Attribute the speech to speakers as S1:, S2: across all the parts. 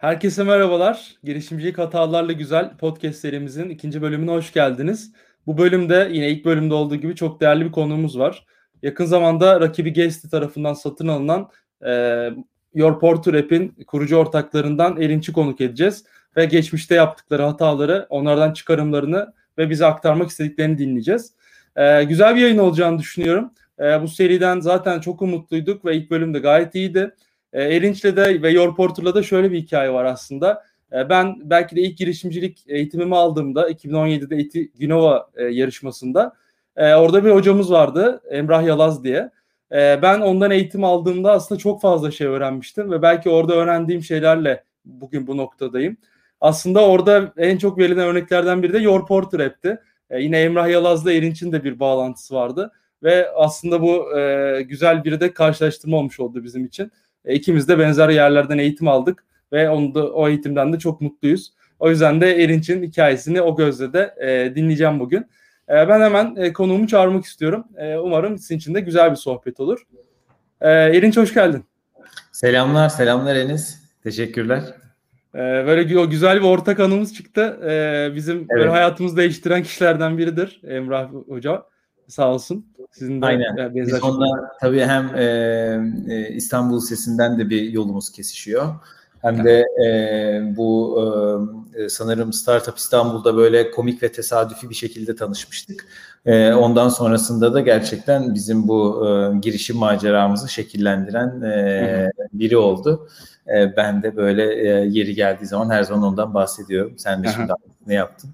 S1: Herkese merhabalar. Girişimcilik Hatalarla Güzel podcast serimizin ikinci bölümüne hoş geldiniz. Bu bölümde yine ilk bölümde olduğu gibi çok değerli bir konuğumuz var. Yakın zamanda rakibi Guesty tarafından satın alınan e, Your Porter App'in kurucu ortaklarından Erinç'i konuk edeceğiz. Ve geçmişte yaptıkları hataları, onlardan çıkarımlarını ve bize aktarmak istediklerini dinleyeceğiz. Güzel bir yayın olacağını düşünüyorum. Bu seriden zaten çok umutluyduk ve ilk bölümde gayet iyiydi. Erinç'le de ve Your Porter'la da şöyle bir hikaye var aslında. Ben belki de ilk girişimcilik eğitimimi aldığımda 2017'de ETI Ginova yarışmasında orada bir hocamız vardı, Emrah Yalaz diye. Ben ondan eğitim aldığımda aslında çok fazla şey öğrenmiştim ve belki orada öğrendiğim şeylerle bugün bu noktadayım. Aslında orada en çok verilen örneklerden biri de Your Porter App'ti. Yine Emrah Yalaz'la Erinç'in de bir bağlantısı vardı ve aslında bu güzel bir de karşılaştırma olmuş oldu bizim için. İkimiz de benzer yerlerden eğitim aldık ve o eğitimden de çok mutluyuz. O yüzden de Erinç'in hikayesini o gözle de dinleyeceğim bugün. Ben hemen konuğumu çağırmak istiyorum. Umarım sizin için de güzel bir sohbet olur. Erinç, hoş geldin.
S2: Selamlar Enis. Teşekkürler.
S1: Böyle o güzel bir ortak anımız çıktı. Bizim böyle hayatımızı değiştiren kişilerden biridir Emrah Hoca. Sağ olsun. Sizin de
S2: Aynen. Biz onunla tabii hem İstanbul Sesi'nden de bir yolumuz kesişiyor. Hem de bu sanırım Startup İstanbul'da böyle komik ve tesadüfi bir şekilde tanışmıştık. Ondan sonrasında da gerçekten bizim bu girişim maceramızı şekillendiren biri oldu. Ben de böyle yeri geldiği zaman her zaman ondan bahsediyorum. Sen de şimdi ne yaptın?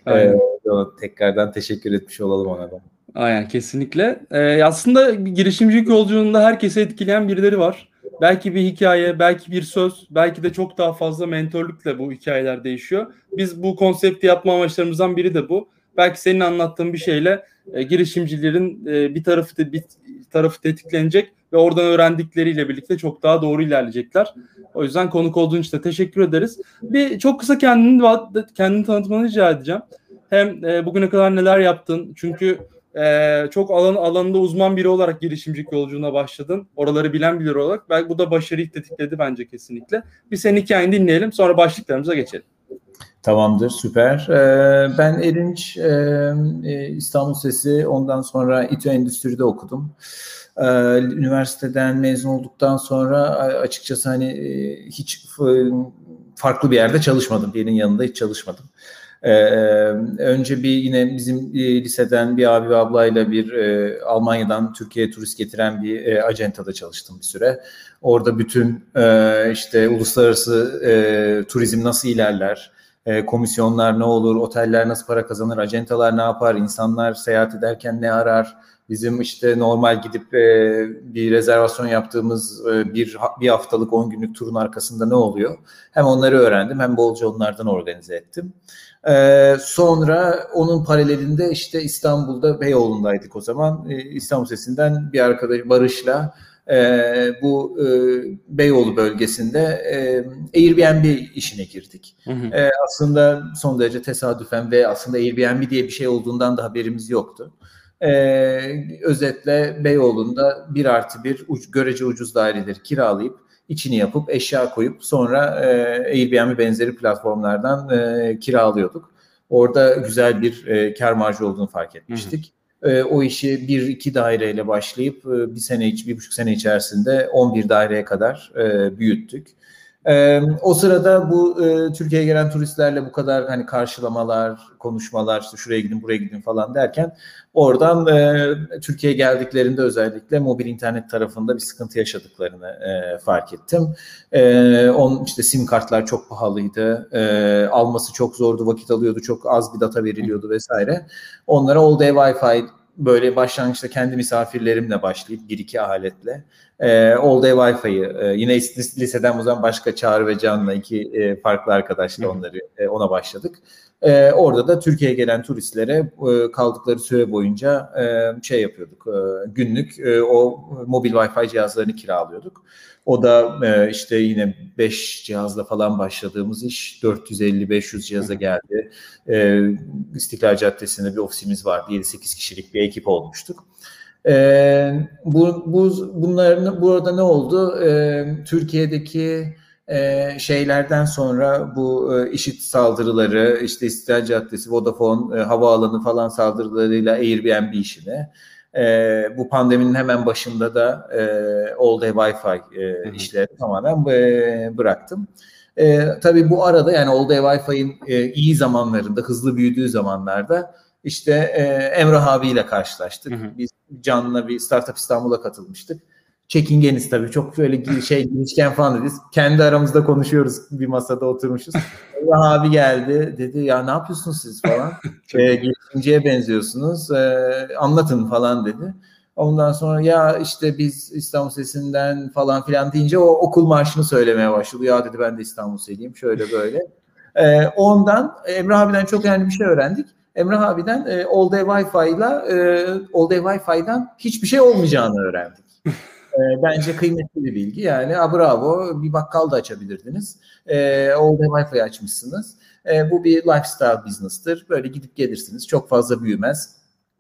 S2: Tekrardan teşekkür etmiş olalım ona da.
S1: Aynen, kesinlikle. Aslında girişimcilik yolculuğunda herkese etkileyen birileri var. Belki bir hikaye, belki bir söz, belki de çok daha fazla mentorlukla bu hikayeler değişiyor. Biz bu konsepti yapma amaçlarımızdan biri de bu. Belki senin anlattığın bir şeyle girişimcilerin bir tarafı tetiklenecek ve oradan öğrendikleriyle birlikte çok daha doğru ilerleyecekler. O yüzden konuk olduğun için de teşekkür ederiz. Bir çok kısa kendini tanıtmanı rica edeceğim. Hem bugüne kadar neler yaptın? Çünkü çok alanında uzman biri olarak girişimcilik yolculuğuna başladın. Oraları bilen biri olarak. Belki bu da başarıyı tetikledi bence kesinlikle. Bir senin hikayeni dinleyelim, sonra başlıklarımıza geçelim.
S2: Tamamdır, süper. Ben Erinç, İstanbul Sesi, ondan sonra İTÜ Endüstri'de okudum. Üniversiteden mezun olduktan sonra açıkçası hiç farklı bir yerde çalışmadım. Birinin yanında hiç çalışmadım. Önce yine bizim liseden bir abi ve ablayla Almanya'dan Türkiye'ye turist getiren bir acentada çalıştım bir süre. Orada bütün işte uluslararası turizm nasıl ilerler, komisyonlar ne olur, oteller nasıl para kazanır, acentalar ne yapar, insanlar seyahat ederken ne arar, bizim işte normal gidip bir rezervasyon yaptığımız bir haftalık 10 günlük turun arkasında ne oluyor? Hem onları öğrendim hem bolca onlardan organize ettim. Sonra onun paralelinde işte İstanbul'da Beyoğlu'ndaydık o zaman. İstanbul Sesi'nden bir arkadaş Barış'la bu Beyoğlu bölgesinde Airbnb işine girdik. Aslında son derece tesadüfen ve aslında Airbnb diye bir şey olduğundan da haberimiz yoktu. Özetle Beyoğlu'nda 1+1 görece ucuz daireleri kiralayıp içini yapıp eşya koyup sonra Airbnb benzeri platformlardan kiralıyorduk. Orada güzel bir kar marjı olduğunu fark etmiştik. O işi 1-2 daireyle başlayıp 1,5 sene içerisinde 11 daireye kadar büyüttük. O sırada bu Türkiye'ye gelen turistlerle bu kadar karşılamalar, konuşmalar, işte şuraya gidin, buraya gidin falan derken oradan Türkiye'ye geldiklerinde özellikle mobil internet tarafında bir sıkıntı yaşadıklarını fark ettim. İşte sim kartlar çok pahalıydı, alması çok zordu, vakit alıyordu, çok az bir data veriliyordu vesaire. Onlara all day Wi-Fi böyle başlangıçta kendi misafirlerimle başlayıp 1-2 aletle All Day Wi-Fi'yi yine liseden o zaman başka Çağrı ve Can'la 2 farklı arkadaşla ona başladık. Orada da Türkiye'ye gelen turistlere kaldıkları süre boyunca yapıyorduk. Günlük o mobil Wi-Fi cihazlarını kiralıyorduk. O da işte yine 5 cihazla falan başladığımız iş 450-500 cihaza geldi. İstiklal Caddesi'nde bir ofisimiz vardı. 7-8 kişilik bir ekip olmuştuk. Bunların burada ne oldu? Türkiye'deki şeylerden sonra bu IŞİD saldırıları, işte İstiklal Caddesi, Vodafone havaalanı falan saldırılarıyla Airbnb işine, bu pandeminin hemen başında da All Day Wi-Fi işlerini tamamen bıraktım. Tabii bu arada yani All Day Wi-Fi'nin iyi zamanlarında, hızlı büyüdüğü zamanlarda işte Emrah abiyle karşılaştık. Biz Can'la bir Startup İstanbul'a katılmıştık. Çekingeniz tabii. Çok böyle girişken falan değiliz. Kendi aramızda konuşuyoruz. Bir masada oturmuşuz. Emrah abi geldi. Dedi ya ne yapıyorsunuz siz falan. Girişimciye benziyorsunuz. Anlatın falan dedi. Ondan sonra ya işte biz İstanbul Sesi'nden falan filan deyince o okul marşını söylemeye başladı. Ya dedi ben de İstanbul Sesi'yim. Şöyle böyle. Ondan Emrah abiden çok önemli bir şey öğrendik. Emrah abiden All Day Wi-Fi'la All Day Wi-Fi'dan hiçbir şey olmayacağını öğrendik. Bence kıymetli bir bilgi. Yani bravo, bir bakkal da açabilirdiniz. All Day Wi-Fi açmışsınız. Bu bir lifestyle business'tır. Böyle gidip gelirsiniz. Çok fazla büyümez.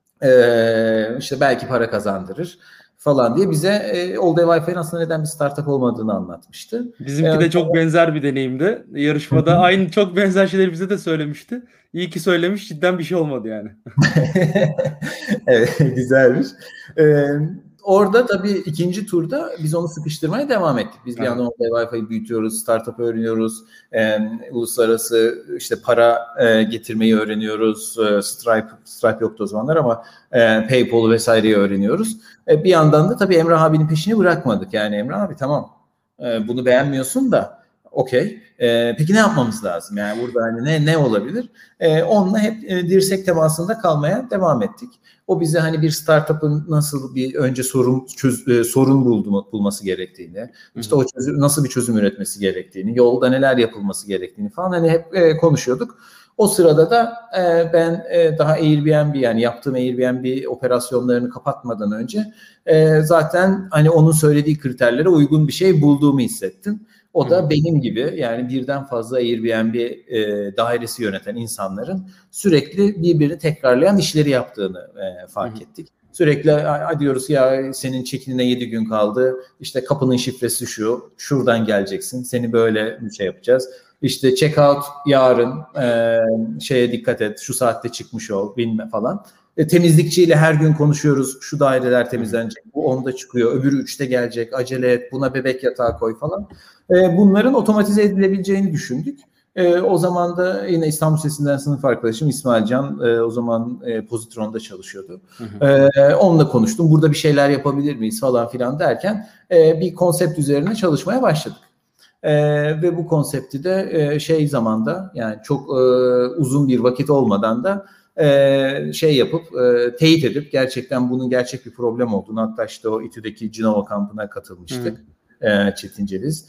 S2: İşte belki para kazandırır falan diye bize All Day Wi-Fi'nin aslında neden bir startup olmadığını anlatmıştı.
S1: Bizimki de çok benzer bir deneyimdi. Yarışmada aynı çok benzer şeyleri bize de söylemişti. İyi ki söylemiş, cidden bir şey olmadı yani.
S2: Evet, güzelmiş. Orada tabii ikinci turda biz onu sıkıştırmaya devam ettik. Biz bir yandan Wi-Fi'yi büyütüyoruz, startup öğreniyoruz, uluslararası işte para getirmeyi öğreniyoruz. Stripe yoktu o zamanlar ama PayPal vesaireyi öğreniyoruz. Bir yandan da tabii Emrah abinin peşini bırakmadık. Yani Emrah abi tamam bunu beğenmiyorsun da okey. Peki ne yapmamız lazım? Yani burada hani ne olabilir? Onunla hep dirsek temasında kalmaya devam ettik. O bize hani bir startup'ın nasıl bir önce sorun bulması gerektiğini, işte o nasıl bir çözüm üretmesi gerektiğini, yolda neler yapılması gerektiğini falan hani hep konuşuyorduk. O sırada da ben daha Airbnb yani yaptığım Airbnb operasyonlarını kapatmadan önce zaten hani onun söylediği kriterlere uygun bir şey bulduğumu hissettim. O da benim gibi yani birden fazla Airbnb dairesi yöneten insanların sürekli birbirini tekrarlayan işleri yaptığını fark ettik. Sürekli diyoruz ya senin check-in'ine 7 gün kaldı. İşte kapının şifresi şu. Şuradan geleceksin. Seni böyle bir şey yapacağız. İşte check-out yarın şeye dikkat et. Şu saatte çıkmış ol bilmem falan. Temizlikçiyle her gün konuşuyoruz. Şu daireler temizlenecek. Bu 10'da çıkıyor. Öbürü 3'te gelecek. Acele et. Buna bebek yatağı koy falan. Bunların otomatize edilebileceğini düşündük. O zaman da yine İstanbul Sesi'nden sınıf arkadaşım İsmail Can o zaman Pozitron'da çalışıyordu. Onunla konuştum. Burada bir şeyler yapabilir miyiz falan filan derken bir konsept üzerine çalışmaya başladık. Ve bu konsepti de zamanda yani çok uzun bir vakit olmadan da yapıp teyit edip gerçekten bunun gerçek bir problem olduğunu hatta işte o İTÜ'deki Cinova kampına katılmıştık. Çetin Ceviz.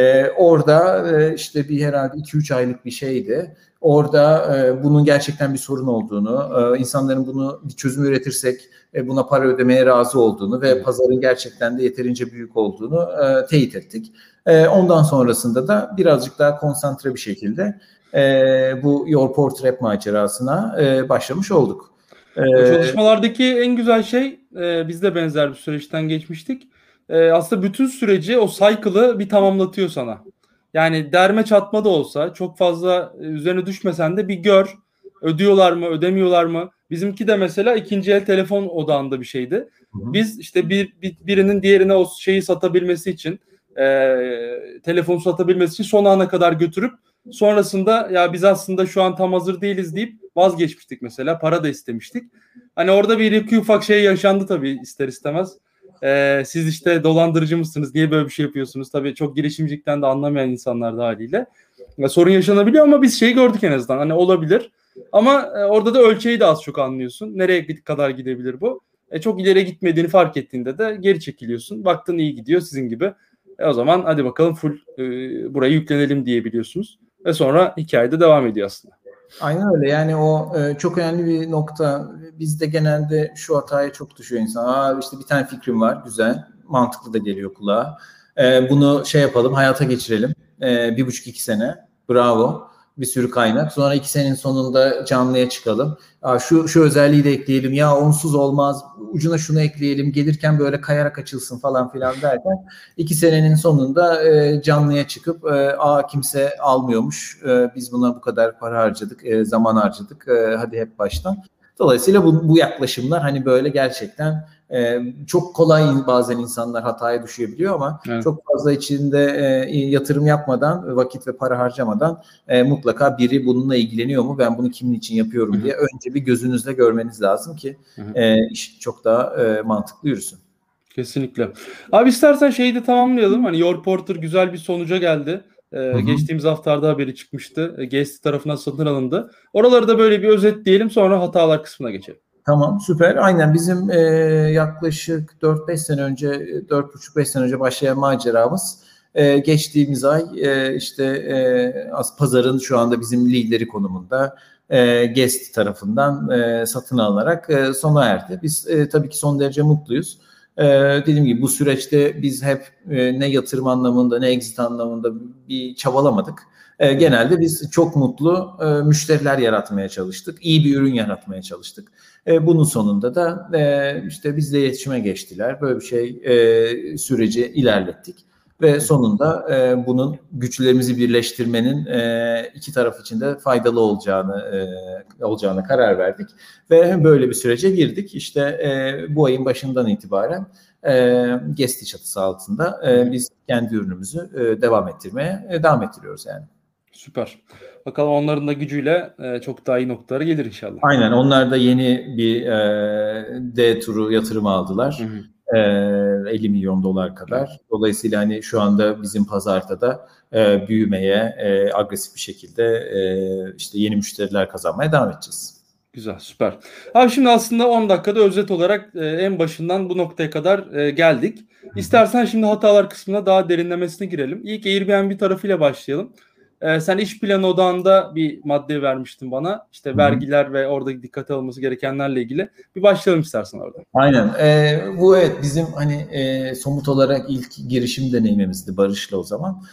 S2: Orada işte bir herhalde 2-3 aylık bir şeydi. Orada bunun gerçekten bir sorun olduğunu, insanların bunu bir çözüm üretirsek buna para ödemeye razı olduğunu ve pazarın gerçekten de yeterince büyük olduğunu teyit ettik. Ondan sonrasında da birazcık daha konsantre bir şekilde bu Your Portrait macerasına başlamış olduk.
S1: O çalışmalardaki en güzel şey biz de benzer bir süreçten geçmiştik. Aslında bütün süreci o cycle'ı bir tamamlatıyor sana. Yani derme çatma da olsa çok fazla üzerine düşmesen de bir gör. Ödüyorlar mı, ödemiyorlar mı? Bizimki de mesela ikinci el telefon odağında bir şeydi. Biz işte birinin diğerine o şeyi satabilmesi için telefonu satabilmesi için son ana kadar götürüp sonrasında ya biz aslında şu an tam hazır değiliz deyip vazgeçmiştik mesela. Para da istemiştik. Hani orada bir iki ufak şey yaşandı tabii ister istemez. Siz işte dolandırıcı mısınız? Niye böyle bir şey yapıyorsunuz? Tabii çok girişimcilikten de anlamayan insanlar da haliyle. Sorun yaşanabiliyor ama biz şeyi gördük en azından. Hani olabilir. Ama orada da ölçeği de az çok anlıyorsun. Nereye kadar gidebilir bu? Çok ileri gitmediğini fark ettiğinde de geri çekiliyorsun. Baktın iyi gidiyor sizin gibi. O zaman hadi bakalım full buraya yüklenelim diyebiliyorsunuz. Ve sonra hikayede devam ediyor aslında.
S2: Aynen öyle yani o çok önemli bir nokta. Bizde genelde şu hataya çok düşüyor insan. İşte bir tane fikrim var güzel, mantıklı da geliyor kulağa. Bunu yapalım, hayata geçirelim. 1,5-2 sene, bravo. bir sürü kaynak. Sonra 2 senenin sonunda canlıya çıkalım. Şu özelliği de ekleyelim. Ya onsuz olmaz. Ucuna şunu ekleyelim. Gelirken böyle kayarak açılsın falan filan derken 2 senenin sonunda canlıya çıkıp kimse almıyormuş. Biz buna bu kadar para harcadık, zaman harcadık. Hadi hep baştan. Dolayısıyla bu yaklaşımlar hani böyle gerçekten çok kolay bazen insanlar hataya düşebiliyor ama evet, çok fazla içinde yatırım yapmadan, vakit ve para harcamadan mutlaka biri bununla ilgileniyor mu, ben bunu kimin için yapıyorum diye önce bir gözünüzle görmeniz lazım ki iş çok daha mantıklı yürüsün.
S1: Kesinlikle. Abi istersen şeyi de tamamlayalım. Hani Your Porter güzel bir sonuca geldi. Geçtiğimiz haftalarda haberi çıkmıştı. GST tarafından satın alındı. Oraları da böyle bir özetleyelim, sonra hatalar kısmına geçelim.
S2: Tamam, süper. Aynen bizim yaklaşık 4-5 sene önce, 4,5-5 sene önce başlayan maceramız geçtiğimiz ay pazarın şu anda bizim lideri konumunda GST tarafından satın alınarak sona erdi. Biz tabii ki son derece mutluyuz. Dediğim gibi bu süreçte biz hep ne yatırım anlamında ne exit anlamında bir çabalamadık. Genelde biz çok mutlu müşteriler yaratmaya çalıştık. İyi bir ürün yaratmaya çalıştık. Bunun sonunda da bizle iletişime geçtiler. Böyle bir süreci ilerlettik. Ve sonunda bunun güçlerimizi birleştirmenin iki taraf için de faydalı olacağına karar verdik. Ve böyle bir sürece girdik. Bu ayın başından itibaren GST çatısı altında biz kendi ürünümüzü devam ettiriyoruz yani.
S1: Süper. Bakalım onların da gücüyle çok daha iyi noktalara gelir inşallah.
S2: Aynen. Onlar da yeni bir D turu yatırım aldılar. 50 milyon dolar kadar. Dolayısıyla hani şu anda bizim pazarda da büyümeye agresif bir şekilde yeni müşteriler kazanmaya devam edeceğiz.
S1: Güzel, süper. Abi şimdi aslında 10 dakikada özet olarak en başından bu noktaya kadar geldik. İstersen şimdi hatalar kısmına daha derinlemesine girelim. İlk Airbnb tarafıyla başlayalım. Sen iş planı odağında bir madde vermiştin bana. Vergiler ve oradaki dikkate alınması gerekenlerle ilgili. Bir başlayalım istersen orada.
S2: Aynen. Bu evet bizim hani somut olarak ilk girişim deneyimimizdi Barış'la o zaman.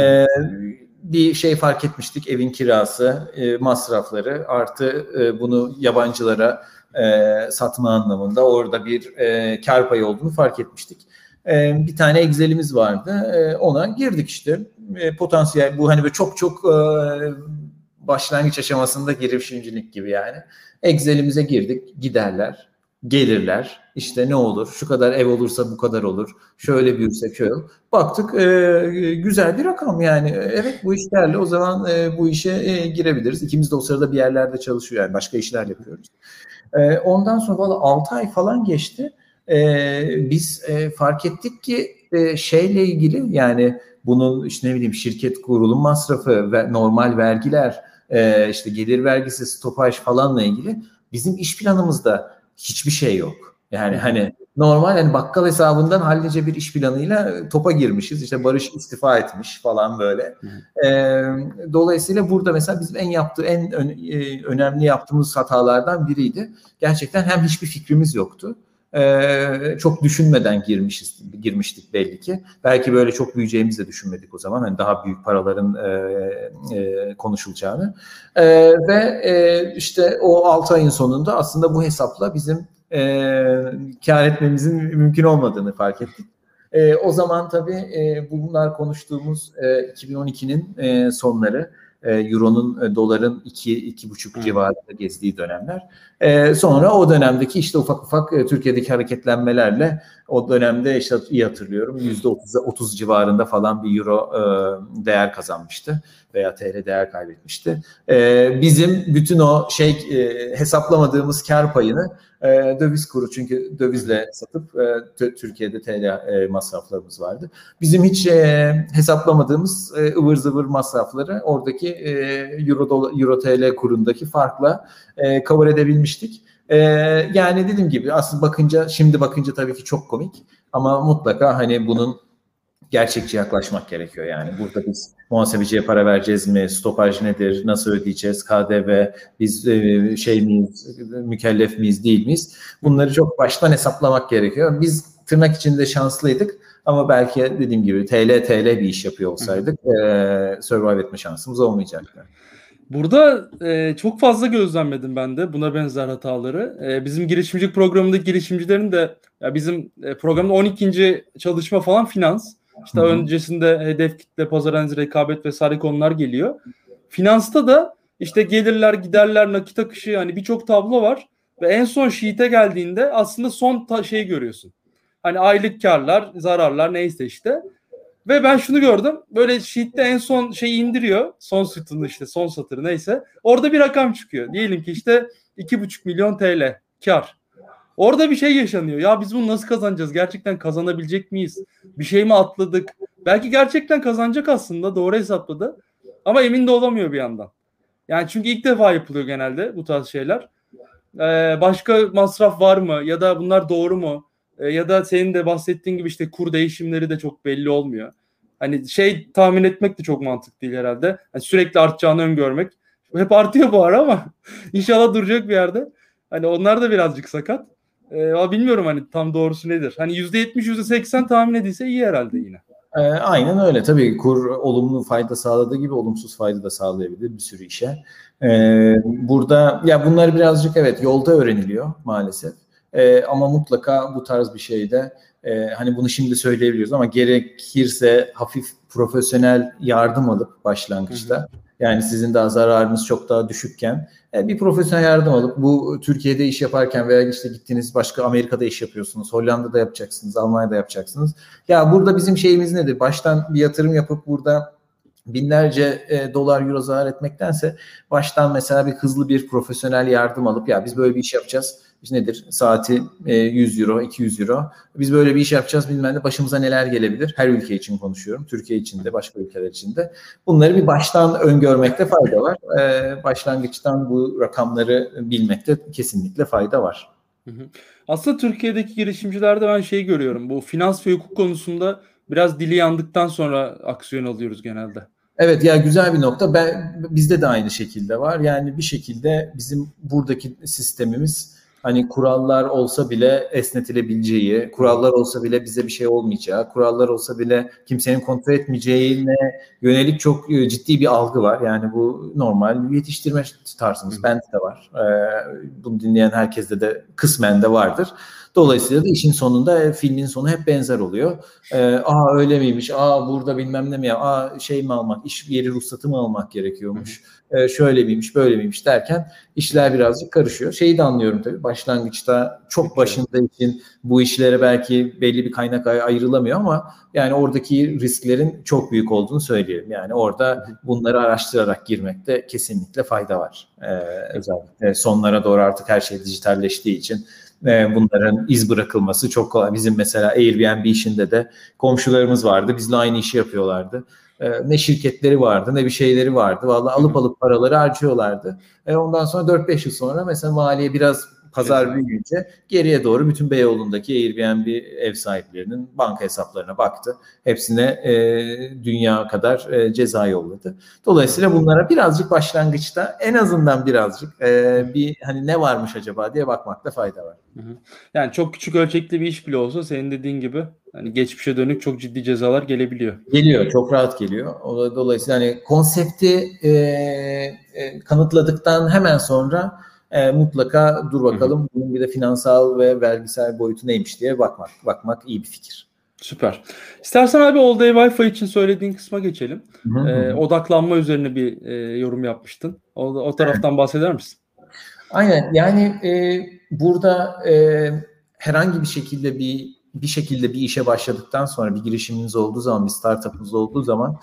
S2: Bir fark etmiştik, evin kirası, masrafları artı bunu yabancılara satma anlamında orada bir kar payı olduğunu fark etmiştik. Bir tane Excel'imiz vardı. Ona girdik potansiyel bu hani böyle çok başlangıç aşamasında girişimcilik gibi yani. Excel'imize girdik. Giderler, gelirler. Ne olur? Şu kadar ev olursa bu kadar olur. Şöyle büyürsek şöyle. Baktık güzel bir rakam yani. Evet bu iş değerli. O zaman bu işe girebiliriz. İkimiz de o sırada bir yerlerde çalışıyor yani. Başka işler yapıyoruz. Ondan sonra valla 6 ay falan geçti. Biz fark ettik ki şeyle ilgili yani bunun şirket kurulum masrafı ve normal vergiler gelir vergisi, stopaj falanla ilgili bizim iş planımızda hiçbir şey yok. Yani hani normal yani bakkal hesabından hallice bir iş planıyla topa girmişiz. Barış istifa etmiş falan böyle. Dolayısıyla burada mesela bizim en önemli yaptığımız hatalardan biriydi. Gerçekten hem hiçbir fikrimiz yoktu. Çok düşünmeden girmiştik belli ki. Belki böyle çok büyüyeceğimizi de düşünmedik o zaman. Hani daha büyük paraların konuşulacağını. Ve o 6 ayın sonunda aslında bu hesapla bizim kar etmemizin mümkün olmadığını fark ettik. O zaman tabii bunlar konuştuğumuz 2012'nin sonları. Euro'nun, doların 2-2,5 civarında gezdiği dönemler. Sonra o dönemdeki ufak Türkiye'deki hareketlenmelerle o dönemde iyi hatırlıyorum %30 civarında falan bir Euro değer kazanmıştı veya TL değer kaybetmişti. Bizim bütün o hesaplamadığımız kar payını döviz kuru çünkü dövizle satıp Türkiye'de TL masraflarımız vardı. Bizim hiç hesaplamadığımız ıvır zıvır masrafları oradaki Euro TL kurundaki farkla cover edebilmiştik. Yani dediğim gibi aslında şimdi bakınca tabii ki çok komik ama mutlaka hani bunun gerçekçi yaklaşmak gerekiyor yani. Burada biz muhasebeciye para vereceğiz mi? Stopaj nedir? Nasıl ödeyeceğiz? KDV biz miyiz? Mükellef miyiz? Değil miyiz? Bunları çok baştan hesaplamak gerekiyor. Biz tırnak içinde şanslıydık ama belki dediğim gibi TL bir iş yapıyor olsaydık survive etme şansımız olmayacaktı.
S1: Burada çok fazla gözlemledim ben de buna benzer hataları. Bizim girişimcilik programındaki girişimcilerin de ya bizim programda 12. çalışma falan finans. İşte
S2: Hı hı.
S1: öncesinde hedef kitle, pazar analizi, rekabet vesaire konular geliyor. Finansta da işte gelirler, giderler, nakit akışı, yani birçok tablo var ve en son sheet'e geldiğinde aslında son şeyi görüyorsun. Hani aylık karlar, zararlar neyse işte. Ve ben şunu gördüm. Böyle sheet'te en son şeyi indiriyor. Son sütunu işte, son satırı neyse. Orada bir rakam çıkıyor. Diyelim ki işte 2,5 milyon TL kar. Orada bir şey yaşanıyor. Ya biz bunu nasıl kazanacağız? Gerçekten kazanabilecek miyiz? Bir şey mi atladık? Belki gerçekten kazanacak aslında. Doğru hesapladı. Ama emin de olamıyor bir yandan. Yani çünkü ilk defa yapılıyor genelde bu tarz şeyler. Başka masraf var mı? Ya da bunlar doğru mu? Ya da senin de bahsettiğin gibi işte kur değişimleri de çok belli olmuyor. Hani şey tahmin etmek de çok mantıklı değil herhalde. Hani sürekli artacağını öngörmek. Hep artıyor bu ara ama inşallah duracak bir yerde. Hani onlar da birazcık sakat. Ama bilmiyorum hani tam doğrusu nedir. Hani %70, %80 tahmin edilse iyi herhalde yine.
S2: Aynen öyle. Tabii kur olumlu fayda sağladığı gibi olumsuz fayda da sağlayabilir bir sürü işe. Burada ya bunlar birazcık evet yolda öğreniliyor maalesef. Ama mutlaka bu tarz bir şeyde hani bunu şimdi söyleyebiliyoruz ama gerekirse hafif profesyonel yardım alıp başlangıçta, yani sizin daha zararınız çok daha düşükken bir profesyonel yardım alıp, bu Türkiye'de iş yaparken veya işte gittiniz başka Amerika'da iş yapıyorsunuz, Hollanda'da yapacaksınız, Almanya'da yapacaksınız. Ya burada bizim şeyimiz nedir? Baştan bir yatırım yapıp burada binlerce dolar, euro zarar etmektense baştan mesela bir hızlı bir profesyonel yardım alıp, ya biz böyle bir iş yapacağız. İşte nedir? Saati 100 euro, 200 euro. Biz böyle bir iş yapacağız, bilmem ne. Başımıza neler gelebilir? Her ülke için konuşuyorum. Türkiye için de, başka ülkeler için de. Bunları bir baştan öngörmekte fayda var. Başlangıçtan bu rakamları bilmekte kesinlikle fayda var.
S1: Aslında Türkiye'deki girişimcilerde ben şey görüyorum. Bu finans ve hukuk konusunda biraz dili yandıktan sonra aksiyon alıyoruz genelde.
S2: Evet ya, güzel bir nokta. Bizde de aynı şekilde var. Yani bir şekilde bizim buradaki sistemimiz, hani kurallar olsa bile esnetilebileceği, kurallar olsa bile bize bir şey olmayacağı, kurallar olsa bile kimsenin kontrol etmeyeceğine yönelik çok ciddi bir algı var. Yani bu normal yetiştirme tarzımız. Bende de var. Bunu dinleyen herkeste de kısmen de vardır. Dolayısıyla da işin sonunda filmin sonu hep benzer oluyor. Aa öyle miymiş? Aa burada bilmem ne mi ya? Aa şey mi almak? İş yeri ruhsatı mı almak gerekiyormuş? Şöyle miymiş? Böyle miymiş derken işler birazcık karışıyor. Şeyi de anlıyorum tabii. Başlangıçta çok başında için bu işlere belki belli bir kaynak ayrılamıyor ama yani oradaki risklerin çok büyük olduğunu söyleyelim. Yani orada bunları araştırarak girmekte kesinlikle fayda var. Özellikle sonlara doğru artık her şey dijitalleştiği için bunların iz bırakılması çok kolay. Bizim mesela Airbnb işinde de komşularımız vardı. Bizle aynı işi yapıyorlardı. Ne şirketleri vardı, ne bir şeyleri vardı. Vallahi alıp paraları harcıyorlardı. Ondan sonra 4-5 yıl sonra mesela maliye biraz pazar büyüyünce geriye doğru bütün Beyoğlu'ndaki Airbnb ev sahiplerinin banka hesaplarına baktı. Hepsine dünya kadar ceza yolladı. Dolayısıyla bunlara birazcık başlangıçta, en azından birazcık bir hani ne varmış acaba diye bakmakta fayda var.
S1: Yani çok küçük ölçekli bir iş bile olsa senin dediğin gibi hani geçmişe dönük çok ciddi cezalar gelebiliyor.
S2: Geliyor, çok rahat geliyor. Dolayısıyla hani konsepti kanıtladıktan hemen sonra mutlaka dur bakalım bunun bir de finansal ve vergisel boyutu neymiş diye bakmak iyi bir fikir.
S1: Süper. İstersen abi All Day Wi-Fi için söylediğin kısma geçelim. Odaklanma üzerine bir yorum yapmıştın. O taraftan bahseder misin?
S2: Aynen. Yani burada herhangi bir şekilde bir işe başladıktan sonra, bir girişiminiz olduğu zaman, bir startup'ınız olduğu zaman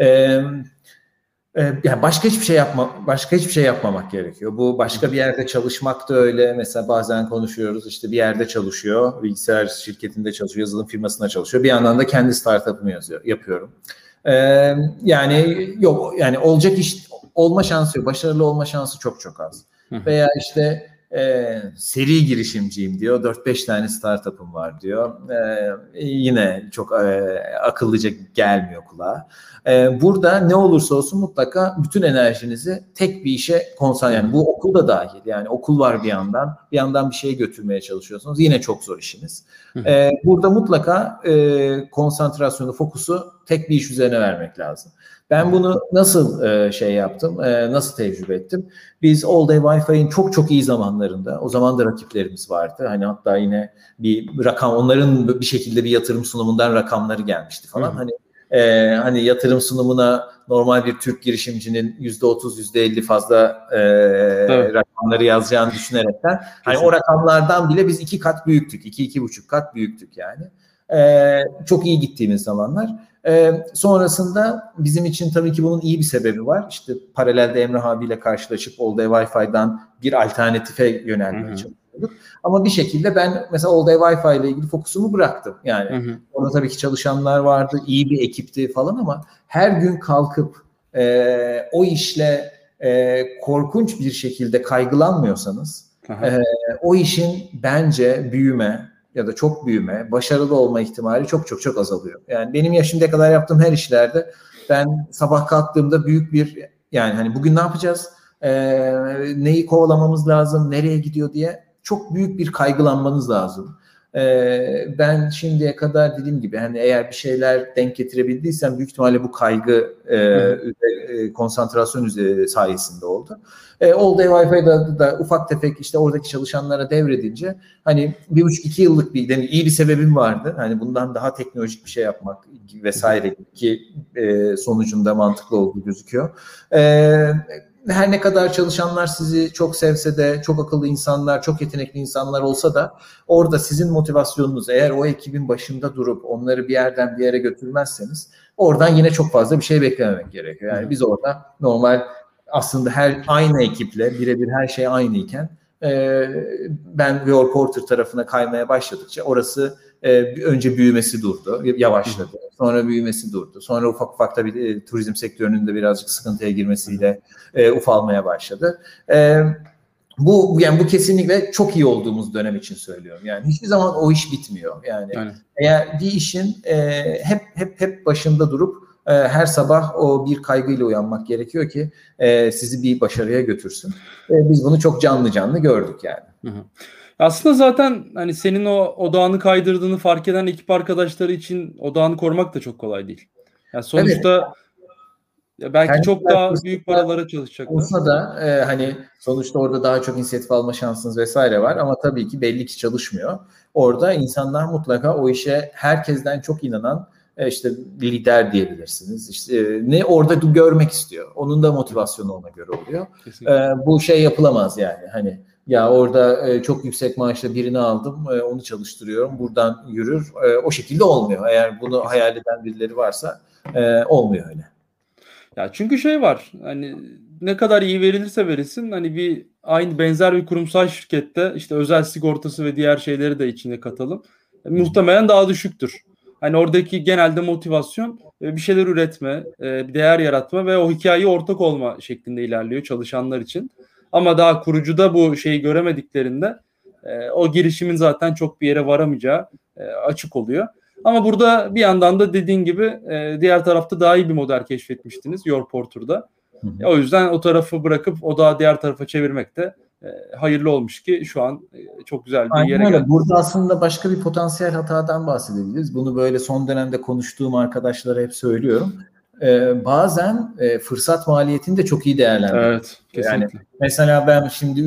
S2: yani başka hiçbir şey yapmamak gerekiyor. Bu başka bir yerde çalışmak da öyle. Mesela bazen konuşuyoruz, işte bir yerde çalışıyor, bilgisayar şirketinde çalışıyor, yazılım firmasında çalışıyor. Bir yandan da kendi startup'ımı yapıyorum. Yani yok, yani olacak iş olma şansı yok. Başarılı olma şansı çok çok az. Veya işte seri girişimciyim diyor. 4-5 tane startup'ım var diyor. Yine çok akıllıca gelmiyor kulağa. Burada ne olursa olsun mutlaka bütün enerjinizi tek bir işe konsantre. Yani bu okul da dahil. Yani okul var bir yandan bir şeye götürmeye çalışıyorsunuz. Yine çok zor işiniz. Burada mutlaka konsantrasyonu, fokusu Tek bir iş üzerine vermek lazım. Ben bunu nasıl şey yaptım, nasıl tecrübe ettim? Biz All Day Wi-Fi'nin çok çok iyi zamanlarında, o zaman da rakiplerimiz vardı. Hani hatta yine bir rakam, onların bir şekilde bir yatırım sunumundan rakamları gelmişti falan. Hani yatırım sunumuna normal bir Türk girişimcinin %30, %50 fazla rakamları yazacağını düşünerekten, hani o rakamlardan bile biz 2 kat büyüktük, 2-2,5 kat büyüktük yani. Çok iyi gittiğimiz zamanlar. Sonrasında bizim için tabii ki bunun iyi bir sebebi var. İşte paralelde Emrah abiyle karşılaşıp All Day Wi-Fi'den bir alternatife yönelmeye çalışıyorduk. Ama bir şekilde ben mesela All Day Wi-Fi ile ilgili fokusumu bıraktım. Yani orada tabii ki çalışanlar vardı, iyi bir ekipti falan ama her gün kalkıp o işle korkunç bir şekilde kaygılanmıyorsanız o işin bence büyüme ya da çok büyüme, başarılı olma ihtimali çok çok çok azalıyor. Yani benim yaşımda kadar yaptığım her işlerde ben sabah kalktığımda büyük bir, yani hani bugün ne yapacağız, neyi kovalamamız lazım, nereye gidiyor diye çok büyük bir kaygılanmanız lazım. Ben şimdiye kadar dediğim gibi hani eğer bir şeyler denk getirebildiysem büyük ihtimalle bu kaygı konsantrasyon sayesinde oldu. All Day Wi-Fi'da da ufak tefek işte oradaki çalışanlara devredince hani 1,5-2 yıllık bir iyi bir sebebim vardı. Hani bundan daha teknolojik bir şey yapmak vesaire ki sonucunda mantıklı olduğu gözüküyor. Her ne kadar çalışanlar sizi çok sevse de, çok akıllı insanlar, çok yetenekli insanlar olsa da orada sizin motivasyonunuz, eğer o ekibin başında durup onları bir yerden bir yere götürmezseniz oradan yine çok fazla bir şey beklememek gerekiyor. Yani biz orada normal aslında aynı ekiple birebir her şey aynıyken ben World Porter tarafına kaymaya başladıkça orası önce büyümesi durdu, yavaşladı. Sonra büyümesi durdu. Sonra ufak ufak tabii turizm sektörünün de birazcık sıkıntıya girmesiyle ufalmaya başladı. Bu kesinlikle çok iyi olduğumuz dönem için söylüyorum. Yani hiçbir zaman o iş bitmiyor. Yani eğer bir işin hep başında durup her sabah o bir kaygıyla uyanmak gerekiyor ki sizi bir başarıya götürsün. Biz bunu çok canlı canlı gördük yani.
S1: Aslında zaten hani senin o odağını kaydırdığını fark eden ekip arkadaşları için odağını korumak da çok kolay değil. Yani sonuçta belki çok daha büyük paralara çalışacaklar.
S2: Olsa da hani sonuçta orada daha çok inisiyatif alma şansınız vesaire var ama tabii ki belli ki çalışmıyor. Orada insanlar mutlaka o işe herkesten çok inanan işte lider diyebilirsiniz. İşte ne orada görmek istiyor. Onun da motivasyonu ona göre oluyor. Bu şey yapılamaz yani. Hani ya orada çok yüksek maaşla birini aldım, onu çalıştırıyorum. Buradan yürür. O şekilde olmuyor. Eğer bunu hayal eden birileri varsa olmuyor öyle.
S1: Ya çünkü şey var. Hani ne kadar iyi verilirse verilsin hani aynı benzer bir kurumsal şirkette işte özel sigortası ve diğer şeyleri de içine katalım. Muhtemelen daha düşüktür. Hani oradaki genelde motivasyon bir şeyler üretme, bir değer yaratma ve o hikayeyi ortak olma şeklinde ilerliyor çalışanlar için. Ama daha kurucuda bu şeyi göremediklerinde o girişimin zaten çok bir yere varamayacağı açık oluyor. Ama burada bir yandan da dediğin gibi diğer tarafta daha iyi bir model keşfetmiştiniz Your Porter'da. O yüzden o tarafı bırakıp o da diğer tarafa çevirmek de hayırlı olmuş ki şu an çok güzel bir yere geldi.
S2: Burada aslında başka bir potansiyel hatadan bahsedebiliriz. Bunu böyle son dönemde konuştuğum arkadaşlara hep söylüyorum. Bazen fırsat maliyetini de çok iyi değerlendiriyor.
S1: Evet, kesinlikle.
S2: Yani mesela ben şimdi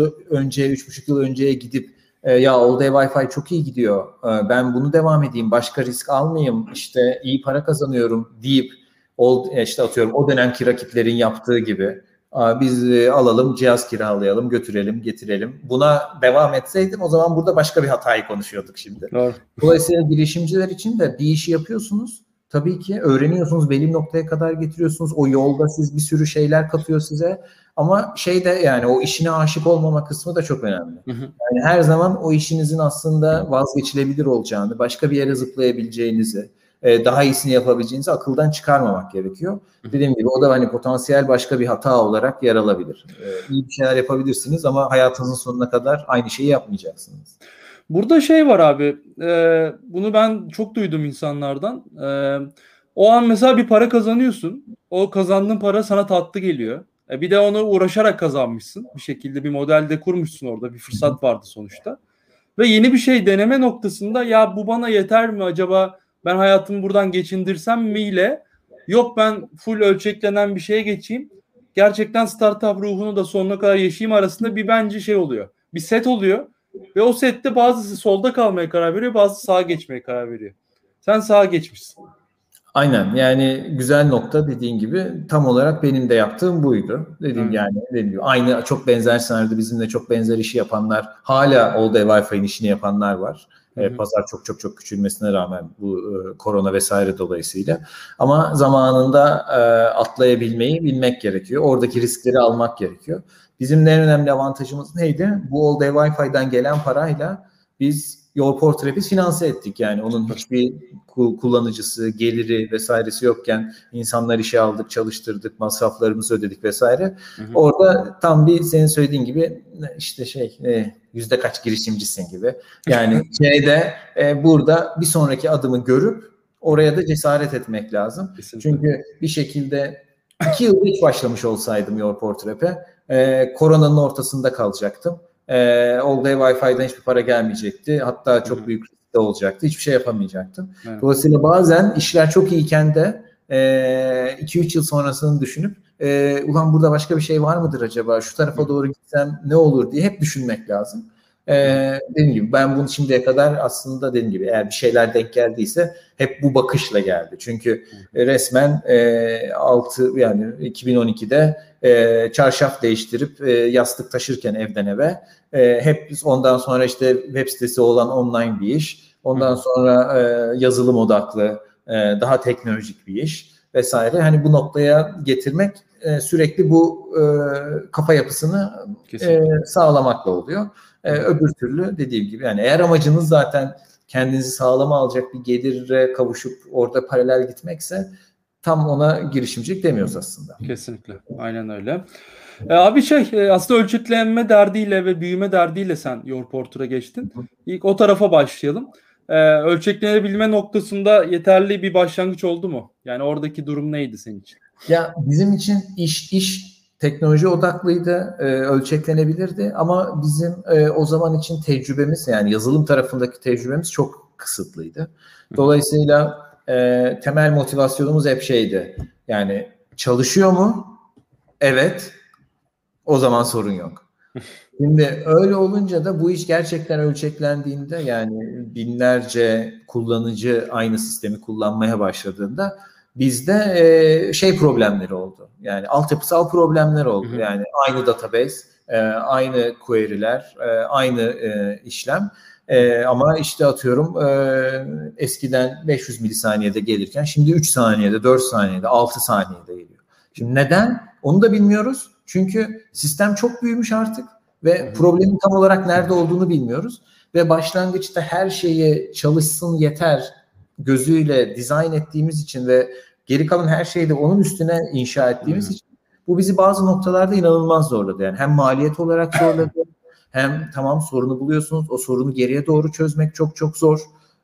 S2: 3,5 yıl önceye gidip ya All Day Wi-Fi çok iyi gidiyor. Ben bunu devam edeyim. Başka risk almayayım. İşte iyi para kazanıyorum deyip işte atıyorum o dönemki rakiplerin yaptığı gibi biz alalım, cihaz kiralayalım, götürelim, getirelim. Buna devam etseydim o zaman burada başka bir hatayı konuşuyorduk şimdi.
S1: Doğru.
S2: Dolayısıyla girişimciler için de bir işi yapıyorsunuz. Tabii ki öğreniyorsunuz, belli bir noktaya kadar getiriyorsunuz. O yolda siz bir sürü şeyler katıyor size. Ama yani o işine aşık olmama kısmı da çok önemli. Yani her zaman o işinizin aslında vazgeçilebilir olacağını, başka bir yere zıplayabileceğinizi, daha iyisini yapabileceğinizi akıldan çıkarmamak gerekiyor. Dediğim gibi o da hani potansiyel başka bir hata olarak yer alabilir. İyi bir şeyler yapabilirsiniz ama hayatınızın sonuna kadar aynı şeyi yapmayacaksınız.
S1: Burada şey var abi, bunu ben çok duydum insanlardan. O an mesela bir para kazanıyorsun. O kazandığın para sana tatlı geliyor. Bir de onu uğraşarak kazanmışsın. Bir şekilde bir modelde kurmuşsun orada. Bir fırsat vardı sonuçta. Ve yeni bir şey deneme noktasında ya bu bana yeter mi acaba ben hayatımı buradan geçindirsem mi ile yok ben full ölçeklenen bir şeye geçeyim. Gerçekten startup ruhunu da sonuna kadar yaşayayım arasında bir bence şey oluyor. Bir set oluyor ve o sette bazısı solda kalmaya karar veriyor, bazısı sağa geçmeye karar veriyor. Sen sağa geçmişsin.
S2: Aynen, yani güzel nokta, dediğin gibi tam olarak benim de yaptığım buydu. Dediğim gibi aynı çok benzer senaryoda bizimle çok benzer işi yapanlar, hala All Day Wi-Fi'nin işini yapanlar var. Pazar çok çok çok küçülmesine rağmen bu korona vesaire dolayısıyla. Ama zamanında atlayabilmeyi bilmek gerekiyor. Oradaki riskleri almak gerekiyor. Bizim en önemli avantajımız neydi? Bu All Day Wi-Fi'den gelen parayla biz Yourportrep'i finanse ettik. Yani onun hiçbir kullanıcısı, geliri vesairesi yokken insanlar işe aldık, çalıştırdık, masraflarımızı ödedik vesaire. Orada tam bir senin söylediğin gibi işte yüzde kaç girişimcisin gibi. Yani burada bir sonraki adımı görüp oraya da cesaret etmek lazım. Kesinlikle. Çünkü bir şekilde 2 yıl hiç başlamış olsaydım Yourportrep'e koronanın ortasında kalacaktım. All Day Wi-Fi'den hiçbir para gelmeyecekti. Hatta çok büyük risk de olacaktı. Hiçbir şey yapamayacaktım. Evet. Dolayısıyla bazen işler çok iyiken de 2-3 yıl sonrasını düşünüp ulan burada başka bir şey var mıdır acaba? Şu tarafa doğru gitsem ne olur diye hep düşünmek lazım. Dediğim gibi ben bunu şimdiye kadar aslında dediğim gibi eğer bir şeyler denk geldiyse hep bu bakışla geldi. Çünkü resmen 2012'de çarşaf değiştirip yastık taşırken evden eve hep ondan sonra işte web sitesi olan online bir iş, ondan sonra yazılım odaklı daha teknolojik bir iş vesaire. Hani bu noktaya getirmek sürekli bu kafa yapısını sağlamakla oluyor. Öbür türlü dediğim gibi yani eğer amacınız zaten kendinizi sağlama alacak bir gelire kavuşup orada paralel gitmekse tam ona girişimcilik demiyoruz aslında.
S1: Kesinlikle. Aynen öyle. Abi aslında ölçeklenme derdiyle ve büyüme derdiyle sen Yourportrep'e geçtin. İlk o tarafa başlayalım. Ölçeklenebilme noktasında yeterli bir başlangıç oldu mu? Yani oradaki durum neydi senin için?
S2: Ya bizim için iş teknoloji odaklıydı, ölçeklenebilirdi ama bizim o zaman için tecrübemiz yani yazılım tarafındaki tecrübemiz çok kısıtlıydı. Dolayısıyla temel motivasyonumuz hep şeydi. Yani çalışıyor mu? Evet. O zaman sorun yok. Şimdi öyle olunca da bu iş gerçekten ölçeklendiğinde yani binlerce kullanıcı aynı sistemi kullanmaya başladığında bizde problemleri oldu. Yani altyapısal problemler oldu. Yani aynı database, aynı query'ler, aynı işlem. Ama işte atıyorum eskiden 500 milisaniyede gelirken şimdi 3 saniyede, 4 saniyede, 6 saniyede geliyor. Şimdi neden? Onu da bilmiyoruz. Çünkü sistem çok büyümüş artık ve problemin tam olarak nerede olduğunu bilmiyoruz. Ve başlangıçta her şeye çalışsın yeter gözüyle dizayn ettiğimiz için ve geri kalan her şeyi de onun üstüne inşa ettiğimiz için bu bizi bazı noktalarda inanılmaz zorladı. Yani hem maliyet olarak zorladı hem tamam sorunu buluyorsunuz o sorunu geriye doğru çözmek çok çok zor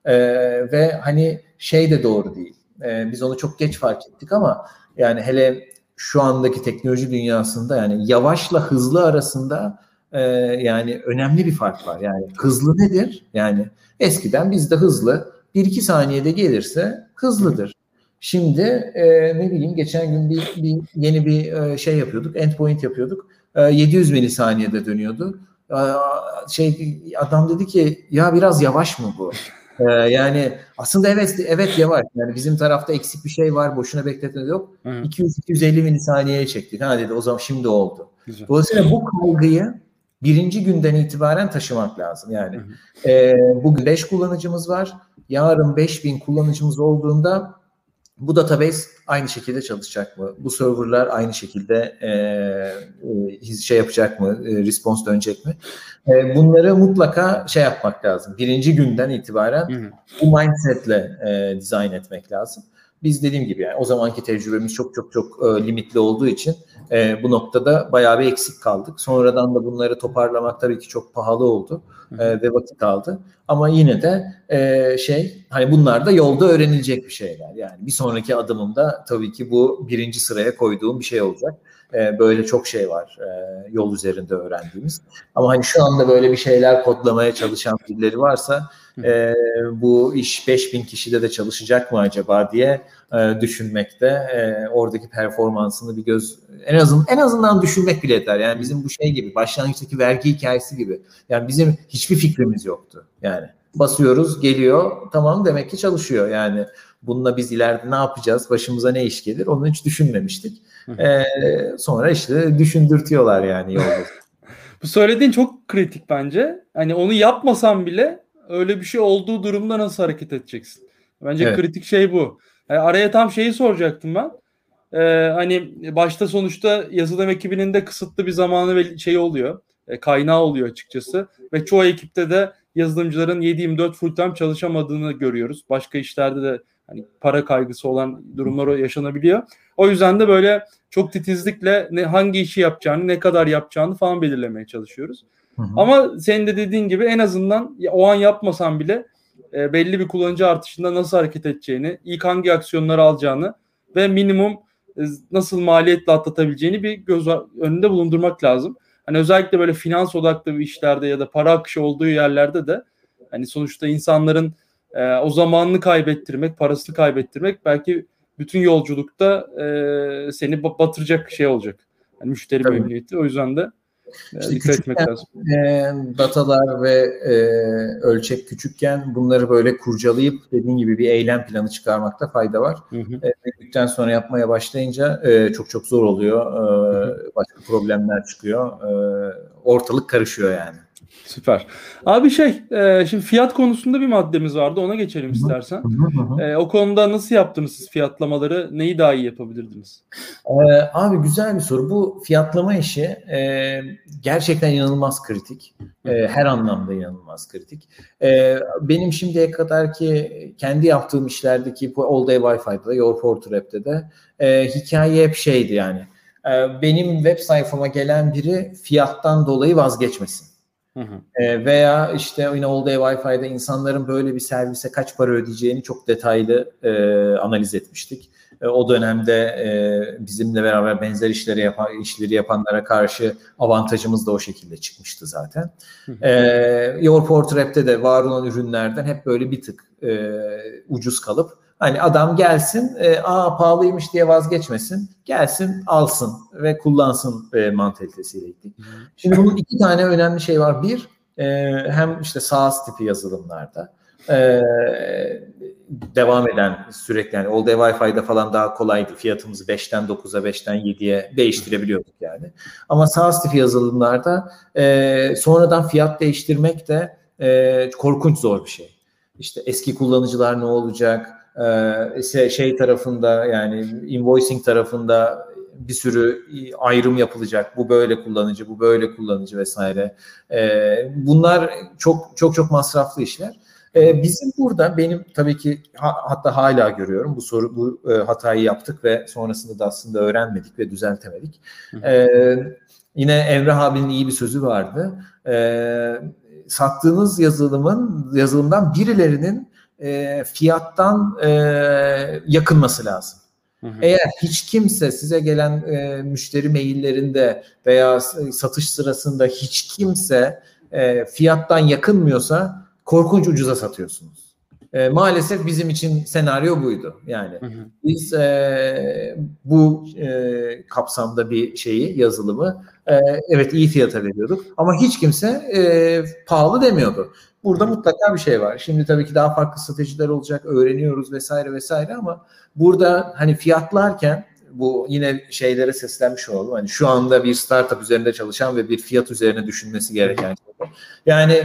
S2: ve hani de doğru değil. Biz onu çok geç fark ettik ama yani hele şu andaki teknoloji dünyasında yani yavaşla hızlı arasında yani önemli bir fark var. Yani hızlı nedir? Yani eskiden bizde hızlı 1-2 saniyede gelirse hızlıdır. Şimdi ne bileyim geçen gün yeni bir şey yapıyorduk. Endpoint yapıyorduk. 700 milisaniyede dönüyordu. Adam dedi ki ya biraz yavaş mı bu? Yani aslında evet yavaş. Yani bizim tarafta eksik bir şey var. Boşuna bekletme yok. 200-250 milisaniyeye çektik. Ha dedi o zaman şimdi oldu. Güzel. Dolayısıyla bu kaygıyı birinci günden itibaren taşımak lazım. Yani bugün 5 kullanıcımız var. Yarın 5000 kullanıcımız olduğunda bu database aynı şekilde çalışacak mı? Bu serverlar aynı şekilde yapacak mı? Response dönecek mi? Bunları mutlaka yapmak lazım. Birinci günden itibaren bu mindsetle dizayn etmek lazım. Biz dediğim gibi yani o zamanki tecrübemiz çok çok çok limitli olduğu için bu noktada bayağı bir eksik kaldık. Sonradan da bunları toparlamak tabii ki çok pahalı oldu ve vakit aldı. Ama yine de hani bunlar da yolda öğrenilecek bir şeyler. Yani bir sonraki adımımda tabii ki bu birinci sıraya koyduğum bir şey olacak. Böyle çok şey var yol üzerinde öğrendiğimiz. Ama hani şu anda böyle bir şeyler kodlamaya çalışan birileri varsa bu iş 5.000 kişide de çalışacak mı acaba diye düşünmekte, oradaki performansını bir göz, en azından düşünmek bile yeter. Yani bizim bu şey gibi, başlangıçtaki vergi hikayesi gibi. Yani bizim hiçbir fikrimiz yoktu. Yani basıyoruz, geliyor, tamam, demek ki çalışıyor. Yani bununla biz ileride ne yapacağız, başımıza ne iş gelir, onu hiç düşünmemiştik. Sonra işte düşündürtüyorlar yani yolda.
S1: Bu söylediğin çok kritik bence. Hani onu yapmasan bile öyle bir şey olduğu durumda nasıl hareket edeceksin? Bence
S2: Evet.
S1: kritik şey bu. Yani araya tam şeyi soracaktım ben. Hani başta sonuçta yazılım ekibinin de kısıtlı bir zamanı ve şey oluyor. Kaynağı oluyor açıkçası. Ve çoğu ekipte de yazılımcıların 7/24 full time çalışamadığını görüyoruz. Başka işlerde de hani para kaygısı olan durumlar yaşanabiliyor. O yüzden de böyle çok titizlikle hangi işi yapacağını, ne kadar yapacağını falan belirlemeye çalışıyoruz.
S2: Hı hı.
S1: Ama senin de dediğin gibi en azından o an yapmasan bile belli bir kullanıcı artışında nasıl hareket edeceğini, ilk hangi aksiyonları alacağını ve minimum nasıl maliyetle atlatabileceğini bir göz önünde bulundurmak lazım. Hani özellikle böyle finans odaklı bir işlerde ya da para akışı olduğu yerlerde de hani sonuçta insanların o zamanını kaybettirmek, parasını kaybettirmek belki bütün yolculukta seni batıracak şey olacak. Yani müşteri
S2: Tabii.
S1: memnuniyeti. O yüzden de
S2: İşte
S1: dikkat etmek lazım.
S2: Datalar ve ölçek küçükken bunları böyle kurcalayıp dediğin gibi bir eylem planı çıkarmakta fayda var. Büyüdükten sonra yapmaya başlayınca çok çok zor oluyor. Başka problemler çıkıyor. Ortalık karışıyor yani.
S1: Süper. Abi şimdi fiyat konusunda bir maddemiz vardı. Ona geçelim istersen. O konuda nasıl yaptınız siz fiyatlamaları? Neyi daha iyi yapabilirdiniz?
S2: Abi güzel bir soru. Bu fiyatlama işi gerçekten inanılmaz kritik. Her anlamda inanılmaz kritik. Benim şimdiye kadarki kendi yaptığım işlerdeki All Day Wi-Fi'de de, Your Porter App'te de hikaye hep şeydi yani. Benim web sayfama gelen biri fiyattan dolayı vazgeçmesin. Veya işte yine All Day Wi-Fi'de insanların böyle bir servise kaç para ödeyeceğini çok detaylı analiz etmiştik. O dönemde bizimle beraber benzer işleri yapanlara karşı avantajımız da o şekilde çıkmıştı zaten. Your Porter App'te de var olan ürünlerden hep böyle bir tık ucuz kalıp hani adam gelsin, pahalıymış diye vazgeçmesin, gelsin alsın ve kullansın mantalitesiyle gittik. Şimdi bunun iki tane önemli şey var. Bir, hem işte SaaS tipi yazılımlarda devam eden sürekli, yani All Day Wi-Fi'de falan daha kolaydı. Fiyatımızı 5'ten 9'a, 5'ten 7'ye değiştirebiliyorduk yani. Ama SaaS tipi yazılımlarda sonradan fiyat değiştirmek de korkunç zor bir şey. İşte eski kullanıcılar ne olacak? Şey tarafında, yani invoicing tarafında bir sürü ayrım yapılacak. Bu böyle kullanıcı, bu böyle kullanıcı vesaire. Bunlar çok masraflı işler. Bizim burada, benim tabii ki hatta hala görüyorum bu hatayı yaptık ve sonrasında da aslında öğrenmedik ve düzeltemedik. Yine Emrah abinin iyi bir sözü vardı. Sattığınız yazılımdan birilerinin fiyattan yakınması lazım. Eğer hiç kimse size gelen müşteri maillerinde veya satış sırasında hiç kimse fiyattan yakınmıyorsa korkunç ucuza satıyorsunuz. Maalesef bizim için senaryo buydu. Yani biz bu kapsamda bir yazılımı evet iyi fiyata veriyorduk ama hiç kimse pahalı demiyordu. Burada mutlaka bir şey var. Şimdi tabii ki daha farklı stratejiler olacak, öğreniyoruz vesaire ama burada hani fiyatlarken bu yine şeylere seslenmiş olalım. Hani şu anda bir startup üzerinde çalışan ve bir fiyat üzerine düşünmesi gereken şey. Yani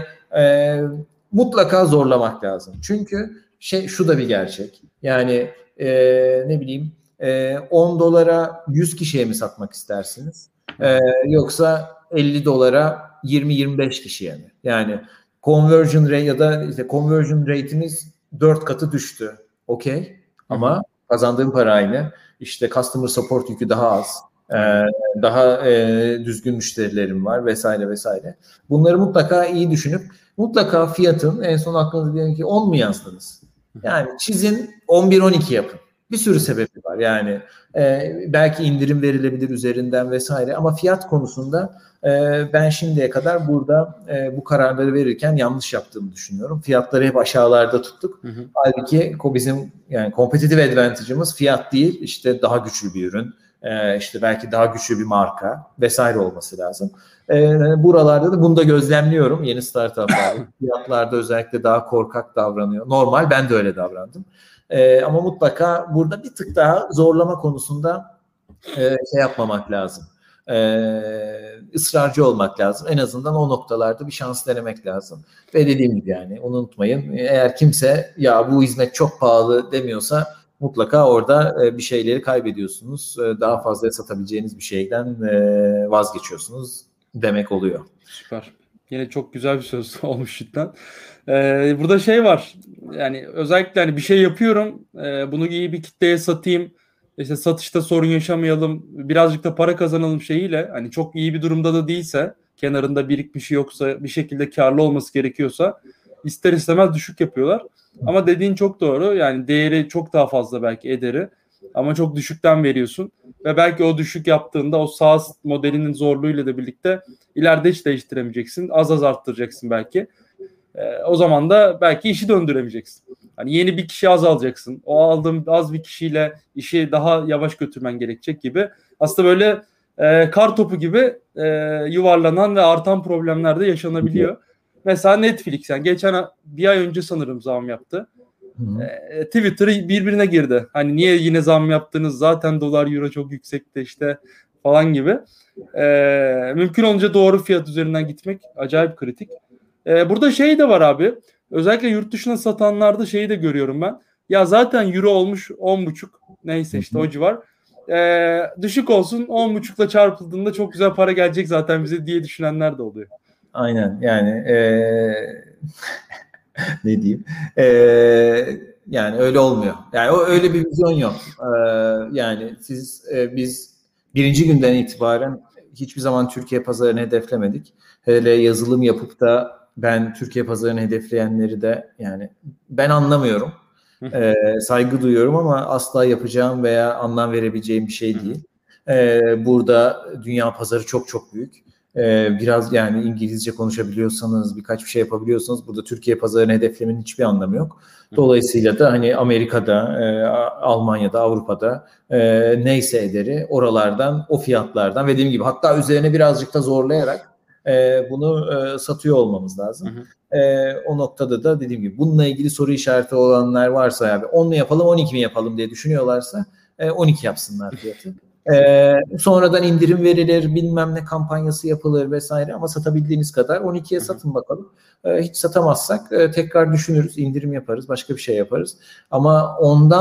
S2: mutlaka zorlamak lazım. Çünkü şu da bir gerçek. Yani ne bileyim 10 dolara 100 kişiye mi satmak istersiniz? Yoksa 50 dolara 20-25 kişiye mi? Yani conversion rate ya da işte conversion rate'iniz 4 katı düştü. Okey. Ama kazandığım para aynı. İşte customer support yükü daha az. Daha düzgün müşterilerim var vesaire. Bunları mutlaka iyi düşünüp mutlaka fiyatın en son aklınıza gelen ki 10 mu yazdınız? Yani çizin 11-12 yapın. Bir sürü sebebi var. Yani belki indirim verilebilir üzerinden vesaire ama fiyat konusunda ben şimdiye kadar burada bu kararları verirken yanlış yaptığımı düşünüyorum. Fiyatları hep aşağılarda tuttuk. Halbuki bizim yani competitive advantage'ımız fiyat değil, işte daha güçlü bir ürün, işte belki daha güçlü bir marka vesaire olması lazım. Buralarda da bunu da gözlemliyorum. Yeni startuplar fiyatlarda özellikle daha korkak davranıyor. Normal, ben de öyle davrandım. Ama mutlaka burada bir tık daha zorlama konusunda şey yapmamak lazım. Israrcı olmak lazım. En azından o noktalarda bir şans denemek lazım. Ve dediğim gibi yani unutmayın, eğer kimse ya bu hizmet çok pahalı demiyorsa mutlaka orada bir şeyleri kaybediyorsunuz. Daha fazla satabileceğiniz bir şeyden vazgeçiyorsunuz demek oluyor.
S1: Süper. Yine çok güzel bir söz olmuş cidden. Burada şey var. Yani özellikle hani bir şey yapıyorum. Bunu iyi bir kitleye satayım. İşte satışta sorun yaşamayalım. Birazcık da para kazanalım şeyiyle. Hani çok iyi bir durumda da değilse, kenarında birikmişi yoksa, bir şekilde karlı olması gerekiyorsa ister istemez düşük yapıyorlar. Ama dediğin çok doğru. Yani değeri çok daha fazla belki ederi. Ama çok düşükten veriyorsun. Ve belki o düşük yaptığında o SaaS modelinin zorluğuyla da birlikte ileride hiç değiştiremeyeceksin. Az az arttıracaksın belki. O zaman da belki işi döndüremeyeceksin. Hani yeni bir kişi az alacaksın. O aldığın az bir kişiyle işi daha yavaş götürmen gerekecek gibi. Aslında böyle kar topu gibi yuvarlanan ve artan problemler de yaşanabiliyor. Mesela Netflix, yani geçen bir ay önce sanırım zam yaptı. Twitter birbirine girdi. Hani niye yine zam yaptınız? Zaten dolar euro çok yüksekti işte falan gibi. Mümkün olunca doğru fiyat üzerinden gitmek acayip kritik. Burada şey de var abi. Özellikle yurt dışına satanlarda şeyi de görüyorum ben. Ya zaten euro olmuş 10,5, neyse işte o civar. Düşük olsun, 10,5'la çarpıldığında çok güzel para gelecek zaten bize diye düşünenler de oluyor.
S2: Aynen yani ne diyeyim? Yani öyle olmuyor. Yani öyle bir vizyon yok. Yani biz birinci günden itibaren hiçbir zaman Türkiye pazarını hedeflemedik. Hele yazılım yapıp da ben Türkiye pazarını hedefleyenleri de yani ben anlamıyorum. Saygı duyuyorum ama asla yapacağım veya anlam verebileceğim bir şey değil. Burada dünya pazarı çok çok büyük. Biraz yani İngilizce konuşabiliyorsanız, birkaç bir şey yapabiliyorsanız burada Türkiye pazarını hedeflemenin hiçbir anlamı yok. Dolayısıyla da hani Amerika'da, Almanya'da, Avrupa'da neyse ederi oralardan, o fiyatlardan ve dediğim gibi hatta üzerine birazcık da zorlayarak bunu satıyor olmamız lazım. O noktada da dediğim gibi bununla ilgili soru işareti olanlar varsa abi 10 mu yapalım 12 mi yapalım diye düşünüyorlarsa 12 yapsınlar fiyatı. Sonradan indirim verilir, bilmem ne kampanyası yapılır vesaire ama satabildiğiniz kadar 12'ye satın bakalım. Hiç satamazsak tekrar düşünürüz, indirim yaparız, başka bir şey yaparız. Ama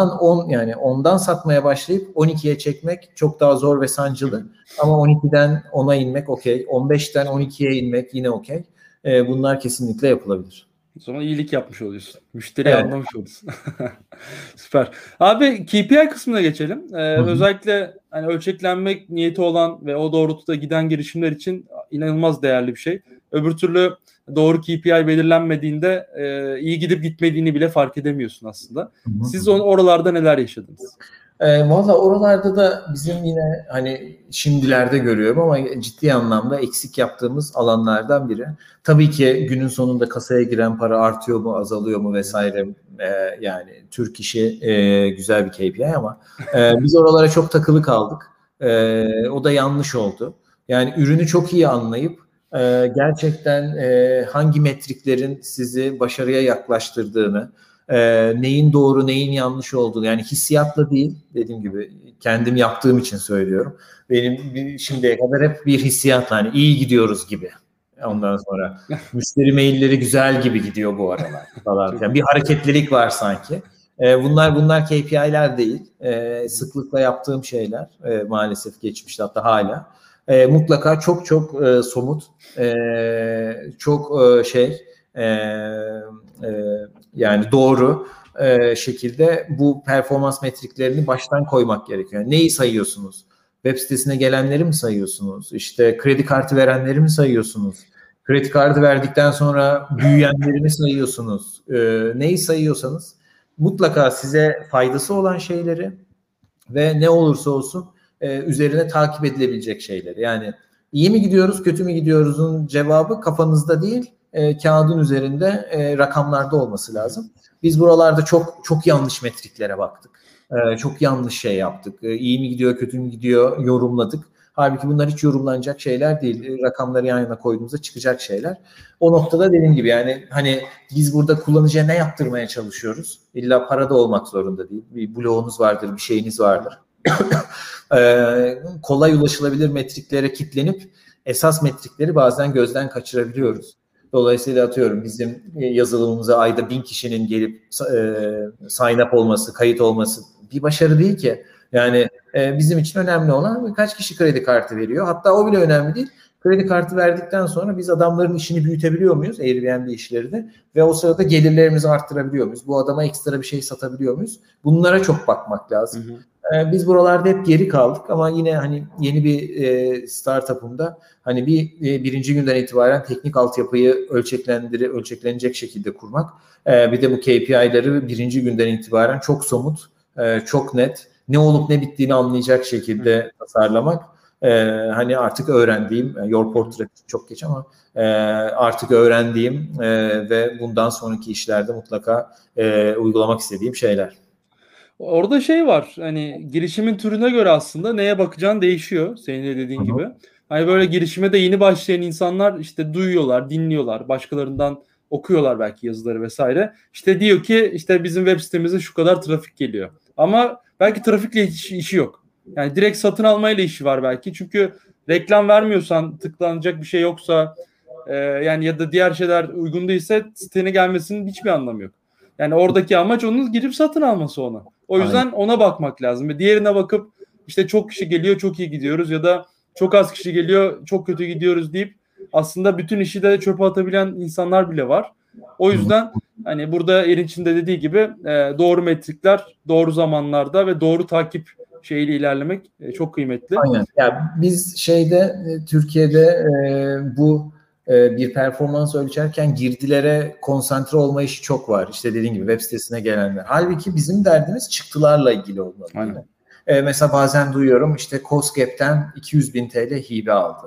S2: ondan satmaya başlayıp 12'ye çekmek çok daha zor ve sancılı. Ama 12'den 10'a inmek okey, 15'ten 12'ye inmek yine okey. Bunlar kesinlikle yapılabilir.
S1: O zaman iyilik yapmış oluyorsun. Müşteriyi anlamış oluyorsun. Süper. Abi KPI kısmına geçelim. Özellikle hani ölçeklenmek niyeti olan ve o doğrultuda giden girişimler için inanılmaz değerli bir şey. Öbür türlü doğru KPI belirlenmediğinde iyi gidip gitmediğini bile fark edemiyorsun aslında. Siz oralarda neler yaşadınız?
S2: Valla oralarda da bizim yine hani şimdilerde görüyorum ama ciddi anlamda eksik yaptığımız alanlardan biri. Tabii ki günün sonunda kasaya giren para artıyor mu, azalıyor mu vesaire. Yani Türk işi güzel bir KPI ama biz oralara çok takılı kaldık. O da yanlış oldu. Yani ürünü çok iyi anlayıp gerçekten hangi metriklerin sizi başarıya yaklaştırdığını, neyin doğru neyin yanlış olduğunu yani hissiyatla değil dediğim gibi kendim yaptığım için söylüyorum. Benim şimdiye kadar hep bir hissiyatla hani iyi gidiyoruz gibi. Ondan sonra müşteri mailleri güzel gibi gidiyor bu aralar falan. Yani bir hareketlilik var sanki. Bunlar KPI'ler değil. Sıklıkla yaptığım şeyler maalesef geçmişte hatta hala. Mutlaka çok çok somut çok yani doğru şekilde bu performans metriklerini baştan koymak gerekiyor. Yani neyi sayıyorsunuz? Web sitesine gelenleri mi sayıyorsunuz? İşte kredi kartı verenleri mi sayıyorsunuz? Kredi kartı verdikten sonra büyüyenleri mi sayıyorsunuz? Neyi sayıyorsanız mutlaka size faydası olan şeyleri ve ne olursa olsun üzerine takip edilebilecek şeyleri. Yani iyi mi gidiyoruz, kötü mü gidiyoruzun cevabı kafanızda değil, kağıdın üzerinde rakamlarda olması lazım. Biz buralarda çok yanlış metriklere baktık. Çok yanlış şey yaptık. İyi mi gidiyor, kötü mü gidiyor yorumladık. Halbuki bunlar hiç yorumlanacak şeyler değil. Rakamları yan yana koyduğumuzda çıkacak şeyler. O noktada dediğim gibi yani hani biz burada kullanıcıya ne yaptırmaya çalışıyoruz? İlla para da olmak zorunda değil. Bir bloğunuz vardır, bir şeyiniz vardır. Kolay ulaşılabilir metriklere kitlenip esas metrikleri bazen gözden kaçırabiliyoruz. Dolayısıyla atıyorum bizim yazılımımıza ayda 1000 kişinin gelip sign up olması, kayıt olması bir başarı değil ki. Yani bizim için önemli olan kaç kişi kredi kartı veriyor. Hatta o bile önemli değil. Kredi kartı verdikten sonra biz adamların işini büyütebiliyor muyuz? Airbnb işlerini. Ve o sırada gelirlerimizi arttırabiliyor muyuz? Bu adama ekstra bir şey satabiliyor muyuz? Bunlara çok bakmak lazım. Hı hı. Biz buralarda hep geri kaldık ama yine hani yeni bir startup'ımda hani birinci günden itibaren teknik altyapıyı ölçeklenecek şekilde kurmak. Bir de bu KPI'leri birinci günden itibaren çok somut, çok net, ne olup ne bittiğini anlayacak şekilde tasarlamak. Hani artık öğrendiğim, Your Portrait çok geç ama artık öğrendiğim ve bundan sonraki işlerde mutlaka uygulamak istediğim şeyler.
S1: Orada şey var, hani girişimin türüne göre aslında neye bakacağın değişiyor senin de dediğin gibi. Hani böyle girişime de yeni başlayan insanlar işte duyuyorlar, dinliyorlar, başkalarından okuyorlar belki yazıları vesaire. İşte diyor ki işte bizim web sitemize şu kadar trafik geliyor. Ama belki trafikle hiç işi yok. Yani direkt satın almayla işi var belki. Çünkü reklam vermiyorsan, tıklanacak bir şey yoksa yani ya da diğer şeyler uygun değilse sitene gelmesinin hiçbir anlamı yok. Yani oradaki amaç onun girip satın alması ona. O yüzden ona bakmak lazım. Ve diğerine bakıp işte çok kişi geliyor, çok iyi gidiyoruz ya da çok az kişi geliyor, çok kötü gidiyoruz deyip aslında bütün işi de çöpe atabilen insanlar bile var. O yüzden hani burada Erinç'in de dediği gibi doğru metrikler, doğru zamanlarda ve doğru takip şeyiyle ilerlemek çok kıymetli.
S2: Aynen. Yani biz Türkiye'de bu bir performans ölçerken girdilere konsantre olma işi çok var. İşte dediğim gibi web sitesine gelenler. Halbuki bizim derdimiz çıktılarla ilgili olmalı.
S1: Aynen.
S2: Mesela bazen duyuyorum işte Cosgap'ten 200.000 TL hibe aldı.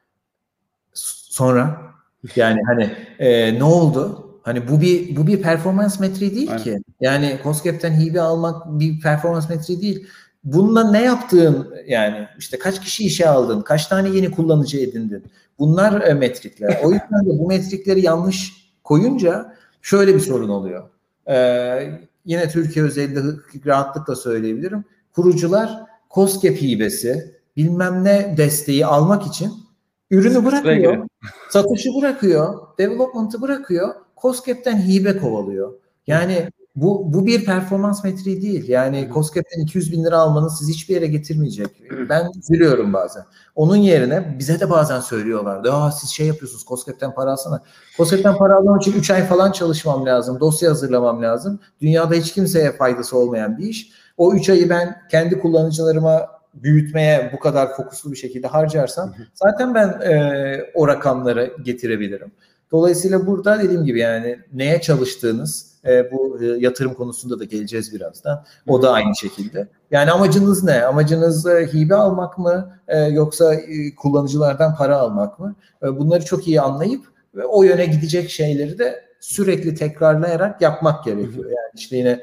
S2: Sonra yani hani ne oldu? Hani bu bir performans metriği değil ki. Yani Cosgap'ten hibe almak bir performans metriği değil. Bununla ne yaptığın yani işte kaç kişi işe aldın, kaç tane yeni kullanıcı edindin. Bunlar metrikler. O yüzden de bu metrikleri yanlış koyunca şöyle bir sorun oluyor. Yine Türkiye özelinde rahatlıkla söyleyebilirim. Kurucular Cosgap hibesi, bilmem ne desteği almak için ürünü bırakıyor, satışı bırakıyor, development'ı bırakıyor, Cosgap'ten hibe kovalıyor. Yani bu bir performans metriği değil. Yani Cosgap'ten 200.000 lira almanız sizi hiçbir yere getirmeyecek. Ben üzülüyorum bazen. Onun yerine bize de bazen söylüyorlar. Siz şey yapıyorsunuz, Cosgap'ten para alsana. Cosgap'ten para almam için 3 ay falan çalışmam lazım. Dosya hazırlamam lazım. Dünyada hiç kimseye faydası olmayan bir iş. O 3 ayı ben kendi kullanıcılarıma büyütmeye bu kadar fokuslu bir şekilde harcarsam zaten ben o rakamları getirebilirim. Dolayısıyla burada dediğim gibi yani neye çalıştığınız bu yatırım konusunda da geleceğiz birazdan. O da aynı şekilde. Yani amacınız ne? Amacınız hibe almak mı yoksa kullanıcılardan para almak mı? Bunları çok iyi anlayıp ve o yöne gidecek şeyleri de sürekli tekrarlayarak yapmak gerekiyor. Yani işte yine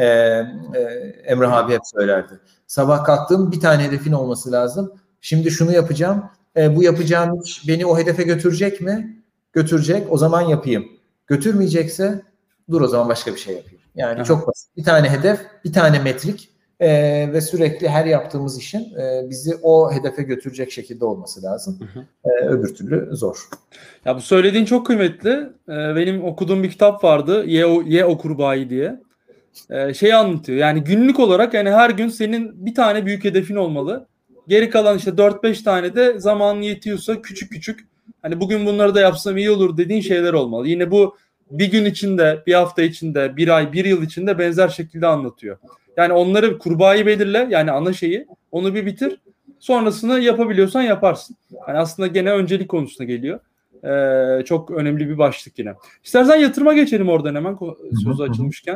S2: Emrah abi hep söylerdi. Sabah kalktım bir tane hedefin olması lazım. Şimdi şunu yapacağım. Bu yapacağım iş beni o hedefe götürecek mi? Götürecek. O zaman yapayım. Götürmeyecekse dur o zaman başka bir şey yapayım. Yani çok basit. Bir tane hedef, bir tane metrik ve sürekli her yaptığımız işin bizi o hedefe götürecek şekilde olması lazım. Öbür türlü zor.
S1: Ya bu söylediğin çok kıymetli. Benim okuduğum bir kitap vardı. Ye Okur Bayi diye. Şeyi anlatıyor. Yani günlük olarak yani her gün senin bir tane büyük hedefin olmalı. Geri kalan işte 4-5 tane de zamanın yetiyorsa küçük küçük hani bugün bunları da yapsam iyi olur dediğin şeyler olmalı. Yine bu bir gün içinde, bir hafta içinde, bir ay, bir yıl içinde benzer şekilde anlatıyor. Yani onları kurbağayı belirle yani ana şeyi onu bir bitir. Sonrasını yapabiliyorsan yaparsın. Yani aslında gene öncelik konusuna geliyor. Çok önemli bir başlık yine. İstersen yatırıma geçelim oradan hemen sözü açılmışken.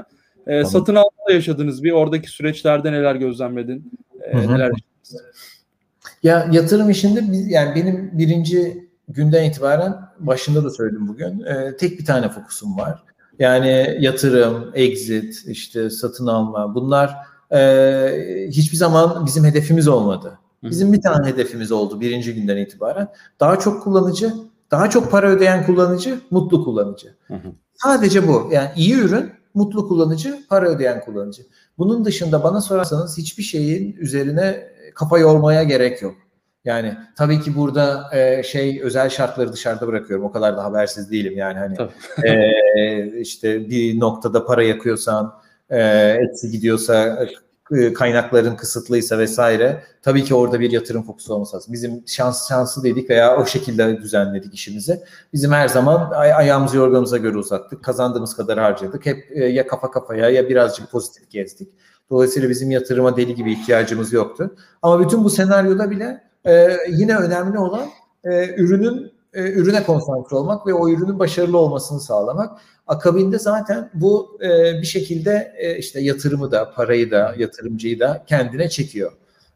S2: Tamam.
S1: Satın almada yaşadınız bir. Oradaki süreçlerde neler gözlemledin? Neler yaşadınız?
S2: Ya yatırım işinde yani benim birinci günden itibaren başında da söyledim bugün. Tek bir tane fokusum var. Yani yatırım, exit, işte satın alma bunlar hiçbir zaman bizim hedefimiz olmadı. Bizim bir tane hedefimiz oldu birinci günden itibaren. Daha çok kullanıcı, daha çok para ödeyen kullanıcı, mutlu kullanıcı. Sadece bu. Yani iyi ürün, mutlu kullanıcı, para ödeyen kullanıcı. Bunun dışında bana sorarsanız hiçbir şeyin üzerine kafa yormaya gerek yok. Yani tabii ki burada özel şartları dışarıda bırakıyorum. O kadar da habersiz değilim yani hani işte bir noktada para yakıyorsan, eksi gidiyorsa, kaynakların kısıtlıysa vesaire. Tabii ki orada bir yatırım fokusu olması lazım. Bizim şanslı dedik veya o şekilde düzenledik işimizi. Bizim her zaman ayağımızı yorganımıza göre uzattık. Kazandığımız kadar harcadık. Hep ya kafa kafaya ya birazcık pozitif gezdik. Dolayısıyla bizim yatırıma deli gibi ihtiyacımız yoktu. Ama bütün bu senaryoda bile yine önemli olan ürüne konsantre olmak ve o ürünün başarılı olmasını sağlamak. Akabinde zaten bu bir şekilde işte yatırımı da, parayı da, yatırımcıyı da kendine çekiyor.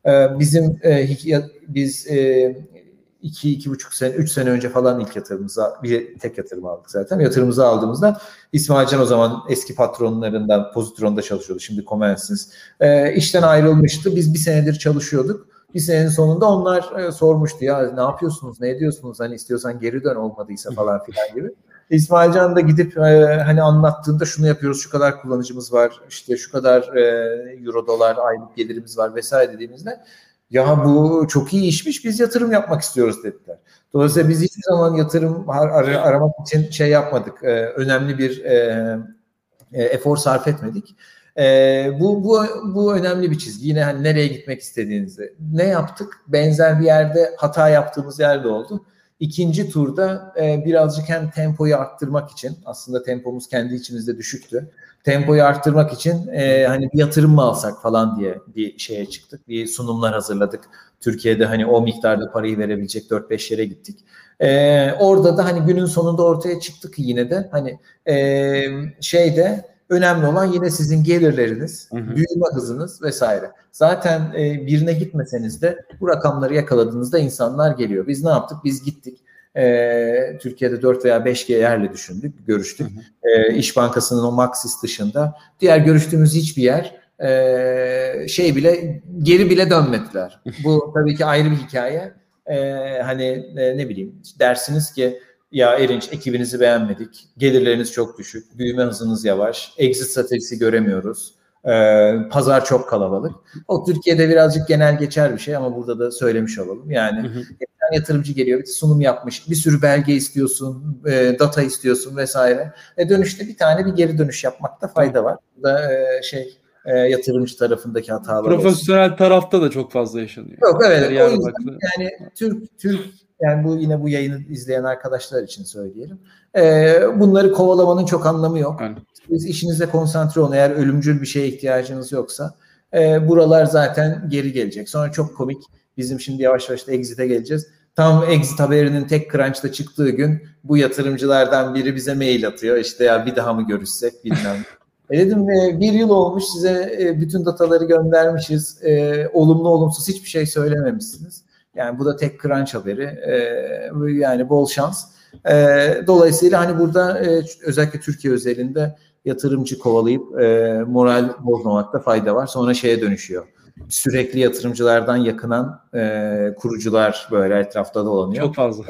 S2: Biz 2,5 sene, 3 sene önce falan ilk bir tek yatırım aldık zaten. Yatırımımızı aldığımızda İsmailcan o zaman eski patronlarından Pozitron'da çalışıyordu. Şimdi Comensys. İşten ayrılmıştı. Biz bir senedir çalışıyorduk. Bir senenin sonunda onlar sormuştu ya ne yapıyorsunuz, ne ediyorsunuz, hani istiyorsan geri dön olmadıysa falan filan gibi. İsmailcan da gidip hani anlattığında şunu yapıyoruz, şu kadar kullanıcımız var, işte şu kadar euro dolar aylık gelirimiz var vesaire dediğimizde ya bu çok iyi işmiş, biz yatırım yapmak istiyoruz dediler. Dolayısıyla biz hiçbir zaman yatırım aramak için şey yapmadık, önemli bir efor sarf etmedik. Bu önemli bir çizgi. Yine hani nereye gitmek istediğinizi. Ne yaptık? Benzer bir yerde hata yaptığımız yerde oldu. İkinci turda birazcık hem tempoyu arttırmak için, aslında tempomuz kendi içimizde düşüktü. Tempoyu arttırmak için hani bir yatırım mı alsak falan diye bir şeye çıktık. Bir sunumlar hazırladık. Türkiye'de hani o miktarda parayı verebilecek 4-5 yere gittik. Orada da hani günün sonunda ortaya çıktık yine de hani önemli olan yine sizin gelirleriniz, büyüme hızınız vesaire. Zaten birine gitmeseniz de bu rakamları yakaladığınızda insanlar geliyor. Biz ne yaptık? Biz gittik. Türkiye'de 4 veya 5 yerle görüştük. İş Bankası'nın o Maxis dışında. Diğer görüştüğümüz hiçbir yer geri bile dönmediler. Bu tabii ki ayrı bir hikaye. Ne bileyim dersiniz ki ya Erinç ekibinizi beğenmedik, gelirleriniz çok düşük, büyüme hızınız yavaş, exit stratejisi göremiyoruz, pazar çok kalabalık. O Türkiye'de birazcık genel geçer bir şey ama burada da söylemiş olalım. Yani yatırımcı geliyor, bir sunum yapmış, bir sürü belge istiyorsun, data istiyorsun vesaire. Dönüşte bir geri dönüş yapmakta fayda var. Bu da yatırımcı tarafındaki hatalar
S1: profesyonel olsun. Tarafta da çok fazla yaşanıyor.
S2: Yok evet. O yüzden yani Türk yani bu yayını izleyen arkadaşlar için söyleyelim. Bunları kovalamanın çok anlamı yok. Yani. Siz işinize konsantre olun. Eğer ölümcül bir şeye ihtiyacınız yoksa buralar zaten geri gelecek. Sonra çok komik. Bizim şimdi yavaş yavaş da exit'e geleceğiz. Tam exit haberinin tek crunch'ta çıktığı gün bu yatırımcılardan biri bize mail atıyor. İşte ya bir daha mı görüşsek bilmem. Dedim 1 yıl olmuş size bütün dataları göndermişiz. Olumlu olumsuz hiçbir şey söylememişsiniz. Yani bu da tek crunch haberi. Yani bol şans. Dolayısıyla hani burada özellikle Türkiye özelinde yatırımcı kovalayıp moral bozmamakta fayda var. Sonra şeye dönüşüyor. Sürekli yatırımcılardan yakınan kurucular böyle etrafta dolanıyor.
S1: Çok fazla.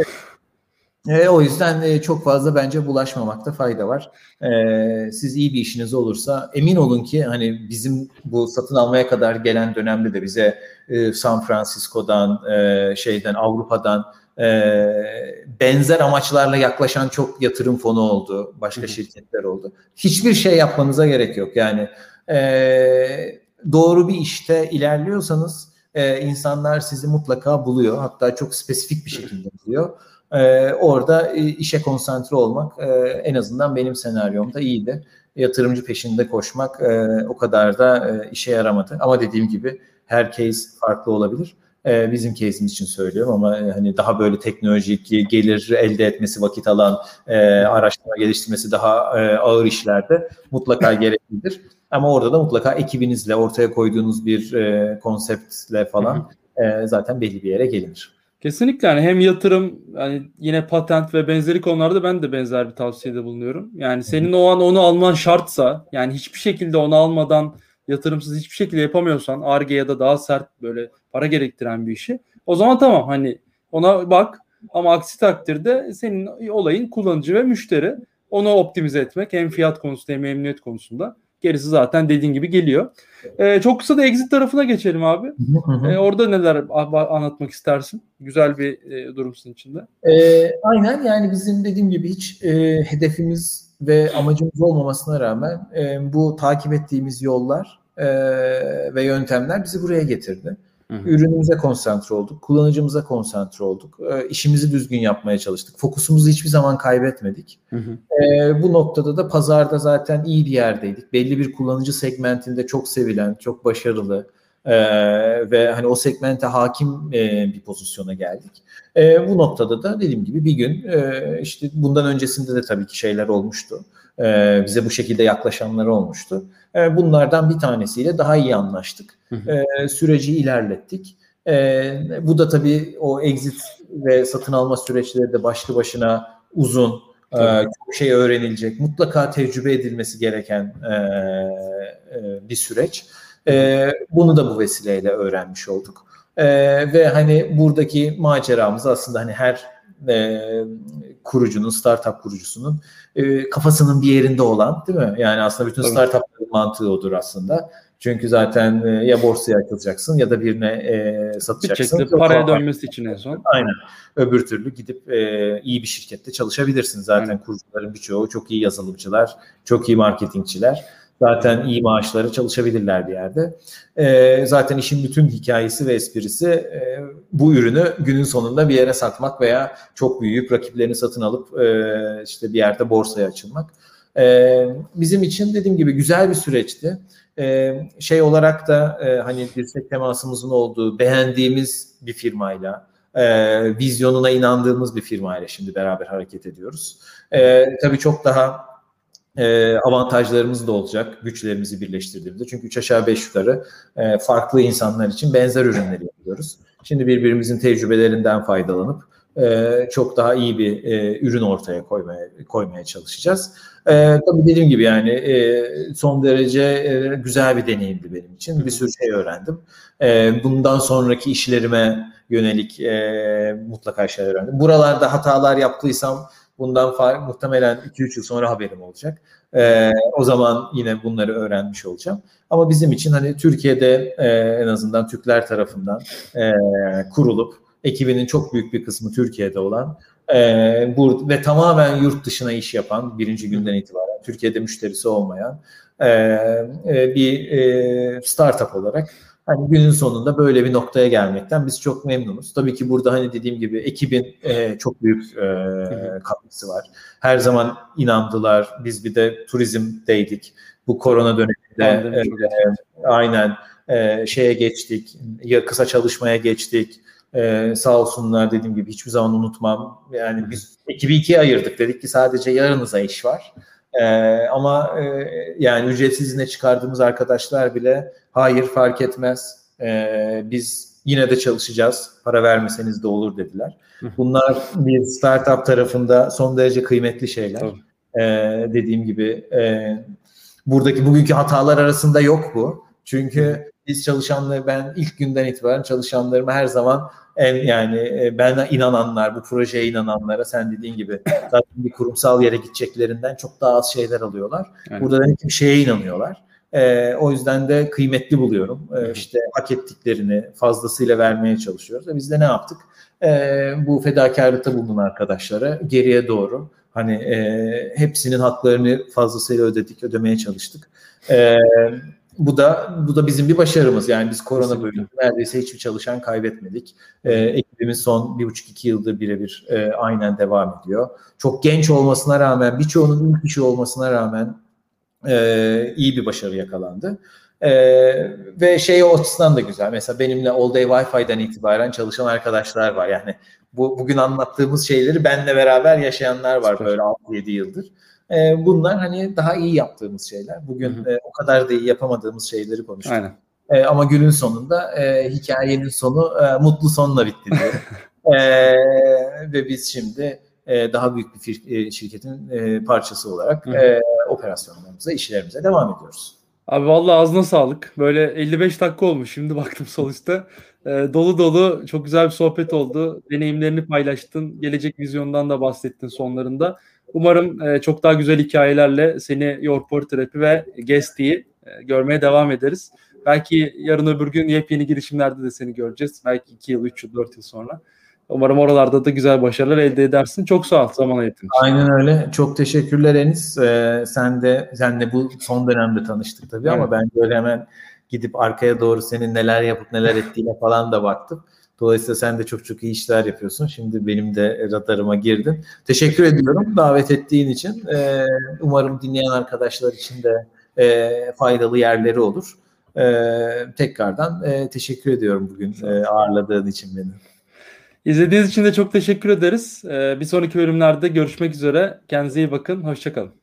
S2: O yüzden çok fazla bence bulaşmamakta fayda var. Siz iyi bir işiniz olursa emin olun ki hani bizim bu satın almaya kadar gelen dönemde de bize San Francisco'dan, Avrupa'dan benzer amaçlarla yaklaşan çok yatırım fonu oldu, başka şirketler oldu. Hiçbir şey yapmanıza gerek yok. Yani doğru bir işte ilerliyorsanız insanlar sizi mutlaka buluyor. Hatta çok spesifik bir şekilde buluyor. Orada işe konsantre olmak en azından benim senaryomda iyiydi. Yatırımcı peşinde koşmak o kadar da işe yaramadı. Ama dediğim gibi her case farklı olabilir. Bizim case'imiz için söylüyorum ama hani daha böyle teknolojik gelir elde etmesi vakit alan, araştırma geliştirmesi daha ağır işlerde mutlaka gereklidir. Ama orada da mutlaka ekibinizle ortaya koyduğunuz bir konseptle falan zaten belli bir yere gelinir.
S1: Kesinlikle, yani hem yatırım, yani yine patent ve benzeri konularda ben de benzer bir tavsiyede bulunuyorum. Yani senin o an onu alman şartsa, yani hiçbir şekilde onu almadan yatırımsız hiçbir şekilde yapamıyorsan, Ar-Ge ya da daha sert böyle para gerektiren bir işi, o zaman tamam, hani ona bak, ama aksi takdirde senin olayın kullanıcı ve müşteri, onu optimize etmek hem fiyat konusunda hem memnuniyet konusunda, gerisi zaten dediğin gibi geliyor. Çok kısa da exit tarafına geçelim abi. Orada neler anlatmak istersin? Güzel bir durum sizin için de.
S2: Aynen, yani bizim dediğim gibi hiç hedefimiz ve amacımız olmamasına rağmen bu takip ettiğimiz yollar ve yöntemler bizi buraya getirdi. Ürünümüze konsantre olduk, kullanıcımıza konsantre olduk, işimizi düzgün yapmaya çalıştık, fokusumuzu hiçbir zaman kaybetmedik. Bu noktada da pazarda zaten iyi bir yerdeydik. Belli bir kullanıcı segmentinde çok sevilen, çok başarılı ve hani o segmente hakim bir pozisyona geldik. Bu noktada da dediğim gibi bir gün işte bundan öncesinde de tabii ki şeyler olmuştu. Bize bu şekilde yaklaşanlar olmuştu. Bunlardan bir tanesiyle daha iyi anlaştık. Süreci ilerlettik. Bu da tabii o exit ve satın alma süreçleri de başlı başına uzun, çok şey öğrenilecek, mutlaka tecrübe edilmesi gereken bir süreç. Bunu da bu vesileyle öğrenmiş olduk. Ve hani buradaki maceramız aslında hani her kurucunun, startup kurucusunun kafasının bir yerinde olan, değil mi? Yani aslında bütün startupların mantığı odur aslında. Çünkü zaten ya borsaya açılacaksın ya da birine satacaksın.
S1: Bir şekilde paraya dönmesi için en son.
S2: Aynen. Öbür türlü gidip iyi bir şirkette çalışabilirsin. Zaten kurucuların birçoğu çok iyi yazılımcılar, çok iyi marketingçiler. Zaten iyi maaşlara çalışabilirler bir yerde. Zaten işin bütün hikayesi ve esprisi bu ürünü günün sonunda bir yere satmak veya çok büyük rakiplerini satın alıp işte bir yerde borsaya açılmak. Bizim için dediğim gibi güzel bir süreçti. Şey olarak da hani dirsek temasımızın olduğu, beğendiğimiz bir firmayla, vizyonuna inandığımız bir firmayla şimdi beraber hareket ediyoruz. Tabii çok daha avantajlarımız da olacak güçlerimizi birleştirdiğimizde. Çünkü 3 aşağı 5 yukarı farklı insanlar için benzer ürünleri yapıyoruz. Şimdi birbirimizin tecrübelerinden faydalanıp çok daha iyi bir ürün ortaya koymaya çalışacağız. Tabii dediğim gibi yani son derece güzel bir deneyimdi benim için. Bir sürü şey öğrendim. Bundan sonraki işlerime yönelik mutlaka şeyler öğrendim. Buralarda hatalar yaptıysam bundan muhtemelen 2-3 yıl sonra haberim olacak. O zaman yine bunları öğrenmiş olacağım. Ama bizim için hani Türkiye'de en azından Türkler tarafından kurulup ekibinin çok büyük bir kısmı Türkiye'de olan ve tamamen yurt dışına iş yapan birinci günden itibaren Türkiye'de müşterisi olmayan bir startup olarak hani günün sonunda böyle bir noktaya gelmekten biz çok memnunuz. Tabii ki burada hani dediğim gibi ekibin çok büyük katkısı var. Her zaman inandılar. Biz bir de turizmdeydik. Bu korona döneminde aynen şeye geçtik. Kısa çalışmaya geçtik. Sağ olsunlar, dediğim gibi hiçbir zaman unutmam. Yani biz ekibi ikiye ayırdık. Dedik ki sadece yarınıza iş var. Ama yani ücretsiz izne çıkardığımız arkadaşlar bile hayır fark etmez. Biz yine de çalışacağız. Para vermeseniz de olur dediler. Bunlar bir startup tarafında son derece kıymetli şeyler. Dediğim gibi buradaki bugünkü hatalar arasında yok bu. Çünkü biz ben ilk günden itibaren çalışanlarıma her zaman bana inananlar, bu projeye inananlara sen dediğin gibi zaten bir kurumsal yere gideceklerinden çok daha az şeyler alıyorlar. Burada da bir şeye inanıyorlar. O yüzden de kıymetli buluyorum. İşte hak ettiklerini fazlasıyla vermeye çalışıyoruz. Biz de ne yaptık? Bu fedakarlıkta bulunan arkadaşlara geriye doğru hani hepsinin haklarını fazlasıyla ödemeye çalıştık. Bu da bizim bir başarımız. Yani biz korona bölümünde neredeyse hiçbir çalışan kaybetmedik. Ekibimiz son 1,5-2 yıldır birebir aynen devam ediyor. Çok genç olmasına rağmen, birçoğunun ilk kişi olmasına rağmen iyi bir başarı yakalandı. Ve şey o açısından da güzel. Mesela benimle All Day Wi-Fi'den itibaren çalışan arkadaşlar var. Yani bugün anlattığımız şeyleri benle beraber yaşayanlar var.
S1: Süper.
S2: Böyle 6-7 yıldır. Bunlar hani daha iyi yaptığımız şeyler. Bugün o kadar da iyi yapamadığımız şeyleri konuştuk.
S1: Aynen.
S2: Ama günün sonunda hikayenin sonu mutlu sonla bitti diyorum. Ve biz şimdi daha büyük bir şirketin parçası olarak operasyonlarımıza, işlerimize devam ediyoruz.
S1: Abi vallahi ağzına sağlık. Böyle 55 dakika olmuş şimdi baktım sonuçta. Dolu dolu çok güzel bir sohbet oldu. Deneyimlerini paylaştın. Gelecek vizyondan da bahsettin sonlarında. Umarım çok daha güzel hikayelerle seni Your Portrait ve Guest'i görmeye devam ederiz. Belki yarın öbür gün yepyeni girişimlerde de seni göreceğiz. Belki 2 yıl, 3 yıl, 4 yıl sonra. Umarım oralarda da güzel başarılar elde edersin. Çok sağ ol zaman ayırdığın için.
S2: Aynen öyle. Çok teşekkürler Enis. Senle bu son dönemde tanıştık tabii ama ben böyle hemen gidip arkaya doğru senin neler yapıp neler ettiğine falan da baktım. Dolayısıyla sen de çok çok iyi işler yapıyorsun. Şimdi benim de radarıma girdin. Teşekkür ediyorum davet ettiğin için. Umarım dinleyen arkadaşlar için de faydalı yerleri olur. Tekrardan teşekkür ediyorum bugün ağırladığın için beni.
S1: İzlediğiniz için de çok teşekkür ederiz. Bir sonraki bölümlerde görüşmek üzere. Kendinize iyi bakın. Hoşça kalın.